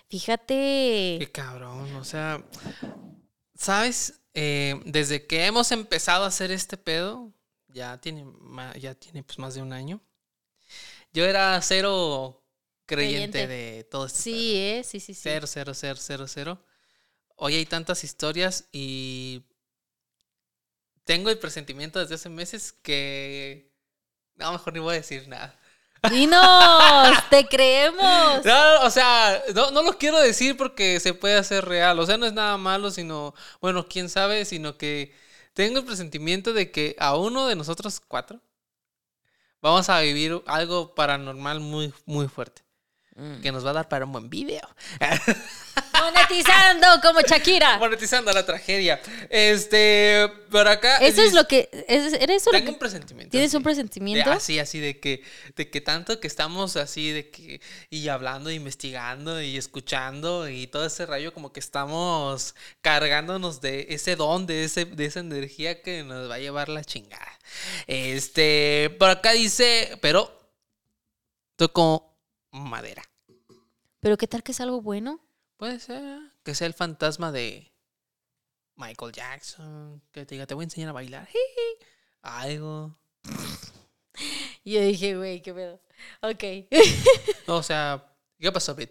[SPEAKER 2] Fíjate.
[SPEAKER 3] Qué cabrón, o sea, ¿sabes? Desde que hemos empezado a hacer este pedo, ya tiene pues más de un año. Yo era cero creyente de todo esto.
[SPEAKER 2] Sí, sí.
[SPEAKER 3] Cero. Hoy hay tantas historias y tengo el presentimiento desde hace meses que... No, mejor ni voy a decir nada.
[SPEAKER 2] ¡Dinos! ¡Te creemos!
[SPEAKER 3] No, o sea, no lo quiero decir porque se puede hacer real. O sea, no es nada malo, sino... Bueno, quién sabe, sino que tengo el presentimiento de que a uno de nosotros 4 vamos a vivir algo paranormal muy, muy fuerte. Que nos va a dar para un buen video.
[SPEAKER 2] Monetizando como Shakira.
[SPEAKER 3] Monetizando la tragedia. Por acá.
[SPEAKER 2] Eso es lo que.
[SPEAKER 3] Tengo un presentimiento.
[SPEAKER 2] ¿Tienes
[SPEAKER 3] así,
[SPEAKER 2] un presentimiento?
[SPEAKER 3] Así de que tanto que estamos así de que. Y hablando, investigando y escuchando y todo ese rayo, como que estamos cargándonos de ese don, de esa energía que nos va a llevar la chingada. Por acá dice, pero toco madera.
[SPEAKER 2] ¿Pero qué tal que es algo bueno?
[SPEAKER 3] Puede ser que sea el fantasma de Michael Jackson, que te diga, te voy a enseñar a bailar. Algo.
[SPEAKER 2] Y yo dije, güey, qué pedo. Ok.
[SPEAKER 3] O sea, ¿qué pasó, Pete?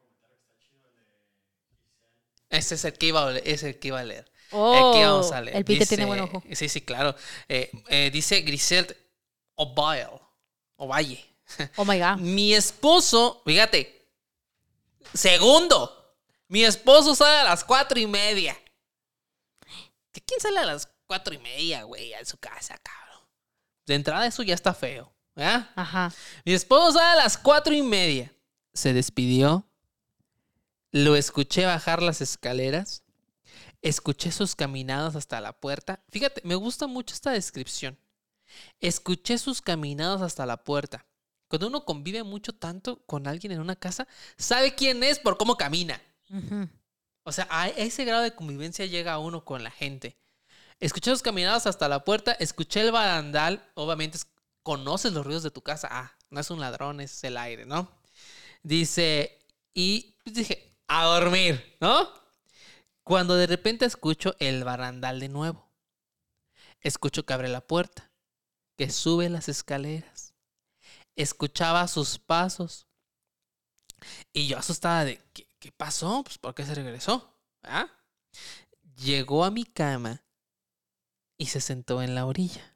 [SPEAKER 3] Ese es el que iba a leer. El que íbamos a leer.
[SPEAKER 2] El Pete tiene buen ojo.
[SPEAKER 3] Sí, claro. Dice Grisel Ovalle.
[SPEAKER 2] Oh my God.
[SPEAKER 3] Mi esposo, fíjate. Segundo. Mi esposo sale a las 4:30. ¿Quién sale a las 4:30, güey, a su casa, cabrón? De entrada eso ya está feo, ¿verdad?
[SPEAKER 2] Ajá.
[SPEAKER 3] Mi esposo sale a las 4:30. Se despidió. Lo escuché bajar las escaleras. Escuché sus caminadas hasta la puerta. Fíjate, me gusta mucho esta descripción. Escuché sus caminadas hasta la puerta. Cuando uno convive mucho tanto con alguien en una casa, sabe quién es por cómo camina.
[SPEAKER 2] Uh-huh.
[SPEAKER 3] O sea, a ese grado de convivencia llega uno con la gente. Escuché sus caminadas hasta la puerta. Escuché el barandal. Obviamente conoces los ruidos de tu casa. Ah, no es un ladrón, es el aire, ¿no? Dice, y dije, a dormir, ¿no? Cuando de repente escucho el barandal de nuevo. Escucho que abre la puerta, que sube las escaleras. Escuchaba sus pasos. Y yo asustada de, ¿qué pasó? Pues, ¿por qué se regresó? ¿Ah? Llegó a mi cama y se sentó en la orilla.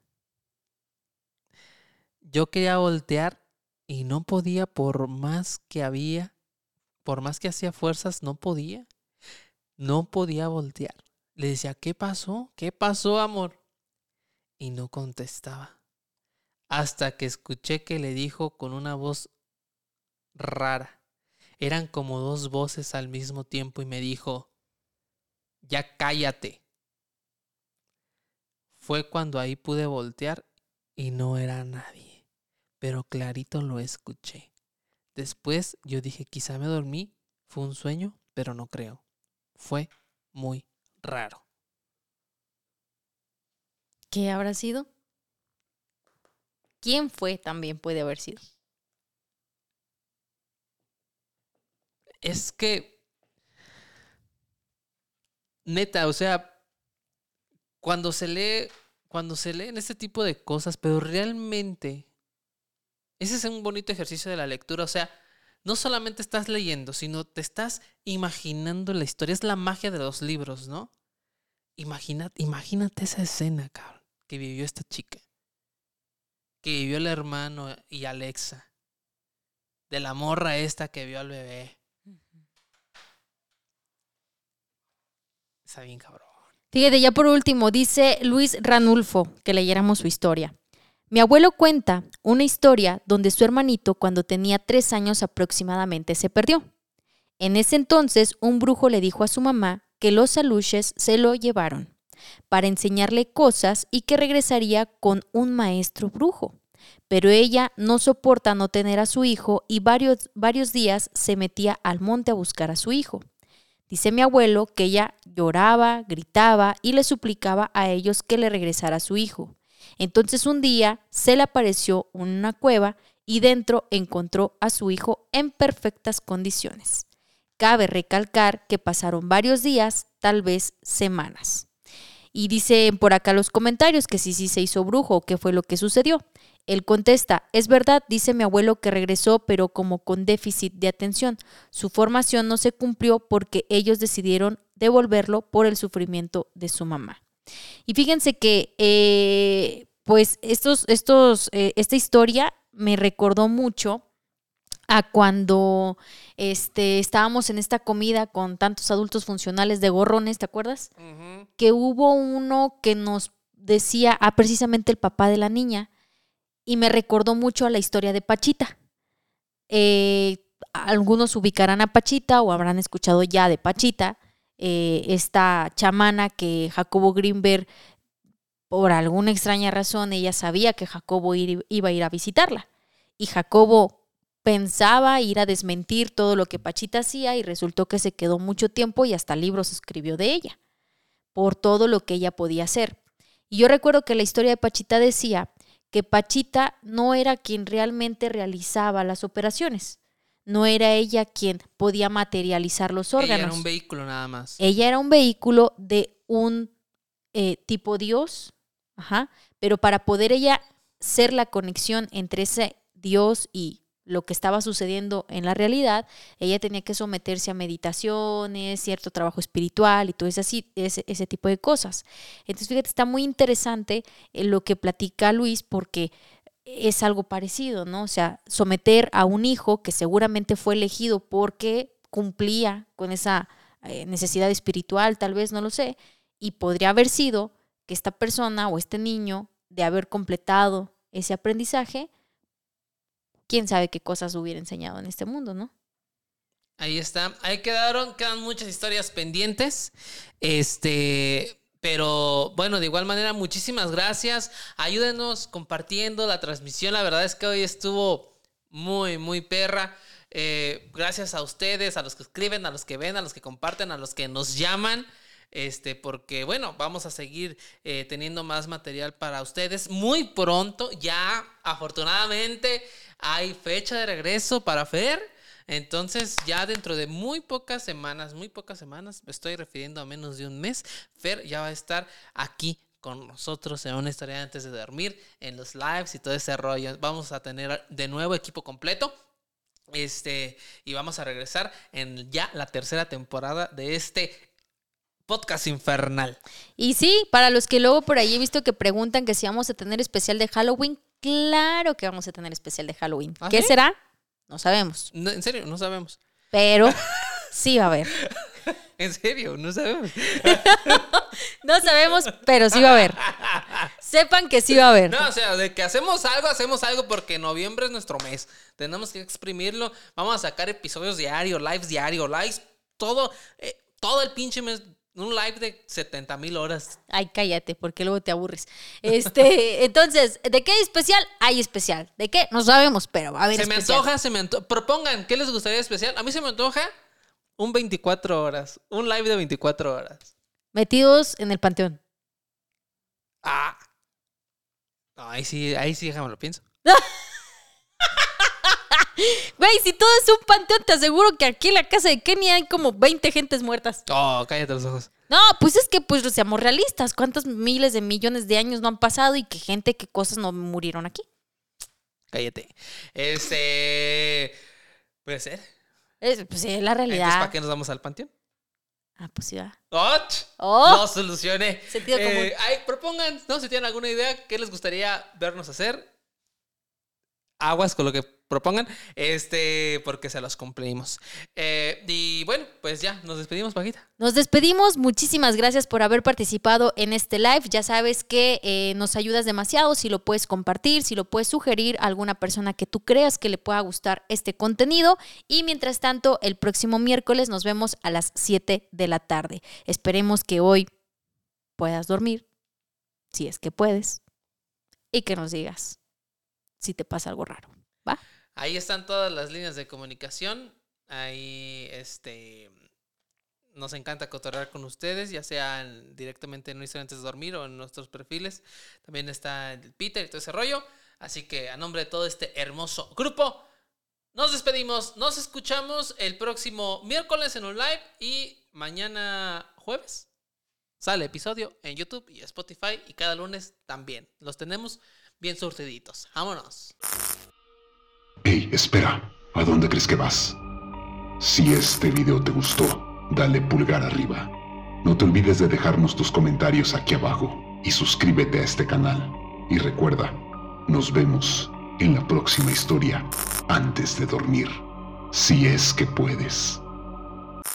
[SPEAKER 3] Yo quería voltear y no podía, por más que hacía fuerzas, no podía. No podía voltear. Le decía, ¿qué pasó? ¿Qué pasó, amor? Y no contestaba. Hasta que escuché que le dijo con una voz rara. Eran como 2 voces al mismo tiempo y me dijo, ya cállate. Fue cuando ahí pude voltear y no era nadie, pero clarito lo escuché. Después yo dije, quizá me dormí, fue un sueño, pero no creo. Fue muy raro.
[SPEAKER 2] ¿Qué habrá sido? ¿Quién fue? También puede haber sido.
[SPEAKER 3] Es que, neta, o sea, cuando se leen este tipo de cosas, pero realmente, ese es un bonito ejercicio de la lectura, o sea, no solamente estás leyendo, sino te estás imaginando la historia, es la magia de los libros, ¿no? Imagínate esa escena, cabrón, que vivió esta chica, que vivió el hermano y Alexa, de la morra esta que vio al bebé. Está bien, cabrón.
[SPEAKER 2] Fíjate, ya por último, dice Luis Ranulfo, que leyéramos su historia. Mi abuelo cuenta una historia donde su hermanito, cuando tenía 3 años aproximadamente, se perdió. En ese entonces, un brujo le dijo a su mamá que los aluches se lo llevaron para enseñarle cosas y que regresaría con un maestro brujo. Pero ella no soporta no tener a su hijo y varios días se metía al monte a buscar a su hijo. Dice mi abuelo que ella lloraba, gritaba y le suplicaba a ellos que le regresara a su hijo. Entonces un día se le apareció en una cueva y dentro encontró a su hijo en perfectas condiciones. Cabe recalcar que pasaron varios días, tal vez semanas. Y dicen por acá los comentarios que sí se hizo brujo o qué fue lo que sucedió. Él contesta, es verdad, dice mi abuelo que regresó, pero como con déficit de atención. Su formación no se cumplió porque ellos decidieron devolverlo por el sufrimiento de su mamá. Y fíjense que pues esta historia me recordó mucho a cuando estábamos en esta comida con tantos adultos funcionales de gorrones, ¿te acuerdas? Uh-huh. Que hubo uno que nos decía, precisamente el papá de la niña, y me recordó mucho a la historia de Pachita. Algunos ubicarán a Pachita o habrán escuchado ya de Pachita, esta chamana que Jacobo Greenberg, por alguna extraña razón, ella sabía que Jacobo iba a ir a visitarla. Y Jacobo pensaba ir a desmentir todo lo que Pachita hacía y resultó que se quedó mucho tiempo y hasta libros escribió de ella, por todo lo que ella podía hacer. Y yo recuerdo que la historia de Pachita decía que Pachita no era quien realmente realizaba las operaciones. No era ella quien podía materializar los órganos.
[SPEAKER 3] Ella era un vehículo nada más.
[SPEAKER 2] Ella era un vehículo de un tipo Dios, pero para poder ella ser la conexión entre ese Dios y lo que estaba sucediendo en la realidad, ella tenía que someterse a meditaciones, cierto trabajo espiritual y todo ese tipo de cosas. Entonces, fíjate, está muy interesante lo que platica Luis porque es algo parecido, ¿no? O sea, someter a un hijo que seguramente fue elegido porque cumplía con esa necesidad espiritual, tal vez, no lo sé, y podría haber sido que esta persona o este niño, de haber completado ese aprendizaje, quién sabe qué cosas hubiera enseñado en este mundo, ¿no?
[SPEAKER 3] Ahí está. Ahí quedan muchas historias pendientes. Pero bueno, de igual manera, muchísimas gracias. Ayúdenos compartiendo la transmisión. La verdad es que hoy estuvo muy, muy perra. Gracias a ustedes, a los que escriben, a los que ven, a los que comparten, a los que nos llaman. Porque bueno, vamos a seguir teniendo más material para ustedes. Muy pronto, ya afortunadamente, hay fecha de regreso para Fer. Entonces ya dentro de muy pocas semanas, me estoy refiriendo a menos de un mes, Fer ya va a estar aquí con nosotros en Una Historia Antes de Dormir, en los lives y todo ese rollo. Vamos a tener de nuevo equipo completo. Y vamos a regresar en ya la tercera temporada de este podcast infernal.
[SPEAKER 2] Y sí, para los que luego por ahí he visto que preguntan que si vamos a tener especial de Halloween, claro que vamos a tener especial de Halloween. ¿Ah, ¿qué será? No sabemos.
[SPEAKER 3] No, en serio, no sabemos.
[SPEAKER 2] Pero sí va a haber.
[SPEAKER 3] En serio, no sabemos.
[SPEAKER 2] No sabemos, pero sí va a haber. Sepan que sí va a haber.
[SPEAKER 3] No, o sea, de que hacemos algo porque noviembre es nuestro mes. Tenemos que exprimirlo. Vamos a sacar episodios diarios, lives, todo el pinche mes. Un live de 70,000 horas.
[SPEAKER 2] Ay, cállate, porque luego te aburres. Entonces, ¿de qué hay especial? Hay especial. ¿De qué? No sabemos, pero va a haber especial.
[SPEAKER 3] Se me antoja. Propongan, ¿qué les gustaría especial? A mí se me antoja un 24 horas. Un live de 24 horas.
[SPEAKER 2] Metidos en el panteón.
[SPEAKER 3] Ahí sí, déjame lo pienso.
[SPEAKER 2] Güey, si todo es un panteón, te aseguro que aquí en la casa de Kenny hay como 20 gentes muertas.
[SPEAKER 3] Oh, cállate los ojos.
[SPEAKER 2] No, pues es que pues seamos realistas. ¿Cuántos miles de millones de años no han pasado y qué cosas no murieron aquí?
[SPEAKER 3] Cállate. Puede ser.
[SPEAKER 2] Pues es la realidad.
[SPEAKER 3] Entonces, ¿para qué nos vamos al panteón?
[SPEAKER 2] Pues sí va.
[SPEAKER 3] Lo solucioné.
[SPEAKER 2] Sentido común.
[SPEAKER 3] Propongan, ¿no? Si tienen alguna idea, ¿qué les gustaría vernos hacer? Aguas con lo que propongan, porque se los cumplimos. Y bueno, pues ya, nos despedimos, Paquita.
[SPEAKER 2] Nos despedimos, muchísimas gracias por haber participado en este live. Ya sabes que nos ayudas demasiado si lo puedes compartir, si lo puedes sugerir a alguna persona que tú creas que le pueda gustar este contenido. Y mientras tanto, el próximo miércoles nos vemos a las 7 de la tarde. Esperemos que hoy puedas dormir, si es que puedes, y que nos digas si te pasa algo raro, ¿va?
[SPEAKER 3] Ahí están todas las líneas de comunicación. Ahí, nos encanta cotorrear con ustedes, ya sea directamente en Una Historia Antes de Dormir o en nuestros perfiles. También está el Peter y todo ese rollo. Así que a nombre de todo este hermoso grupo, Nos despedimos, nos escuchamos el próximo miércoles en un live y mañana jueves sale episodio en YouTube y Spotify y cada lunes también. Los tenemos bien surtiditos. ¡Vámonos!
[SPEAKER 6] Hey, espera. ¿A dónde crees que vas? Si este video te gustó, dale pulgar arriba. No te olvides de dejarnos tus comentarios aquí abajo y suscríbete a este canal. Y recuerda, nos vemos en la próxima historia antes de dormir, si es que puedes.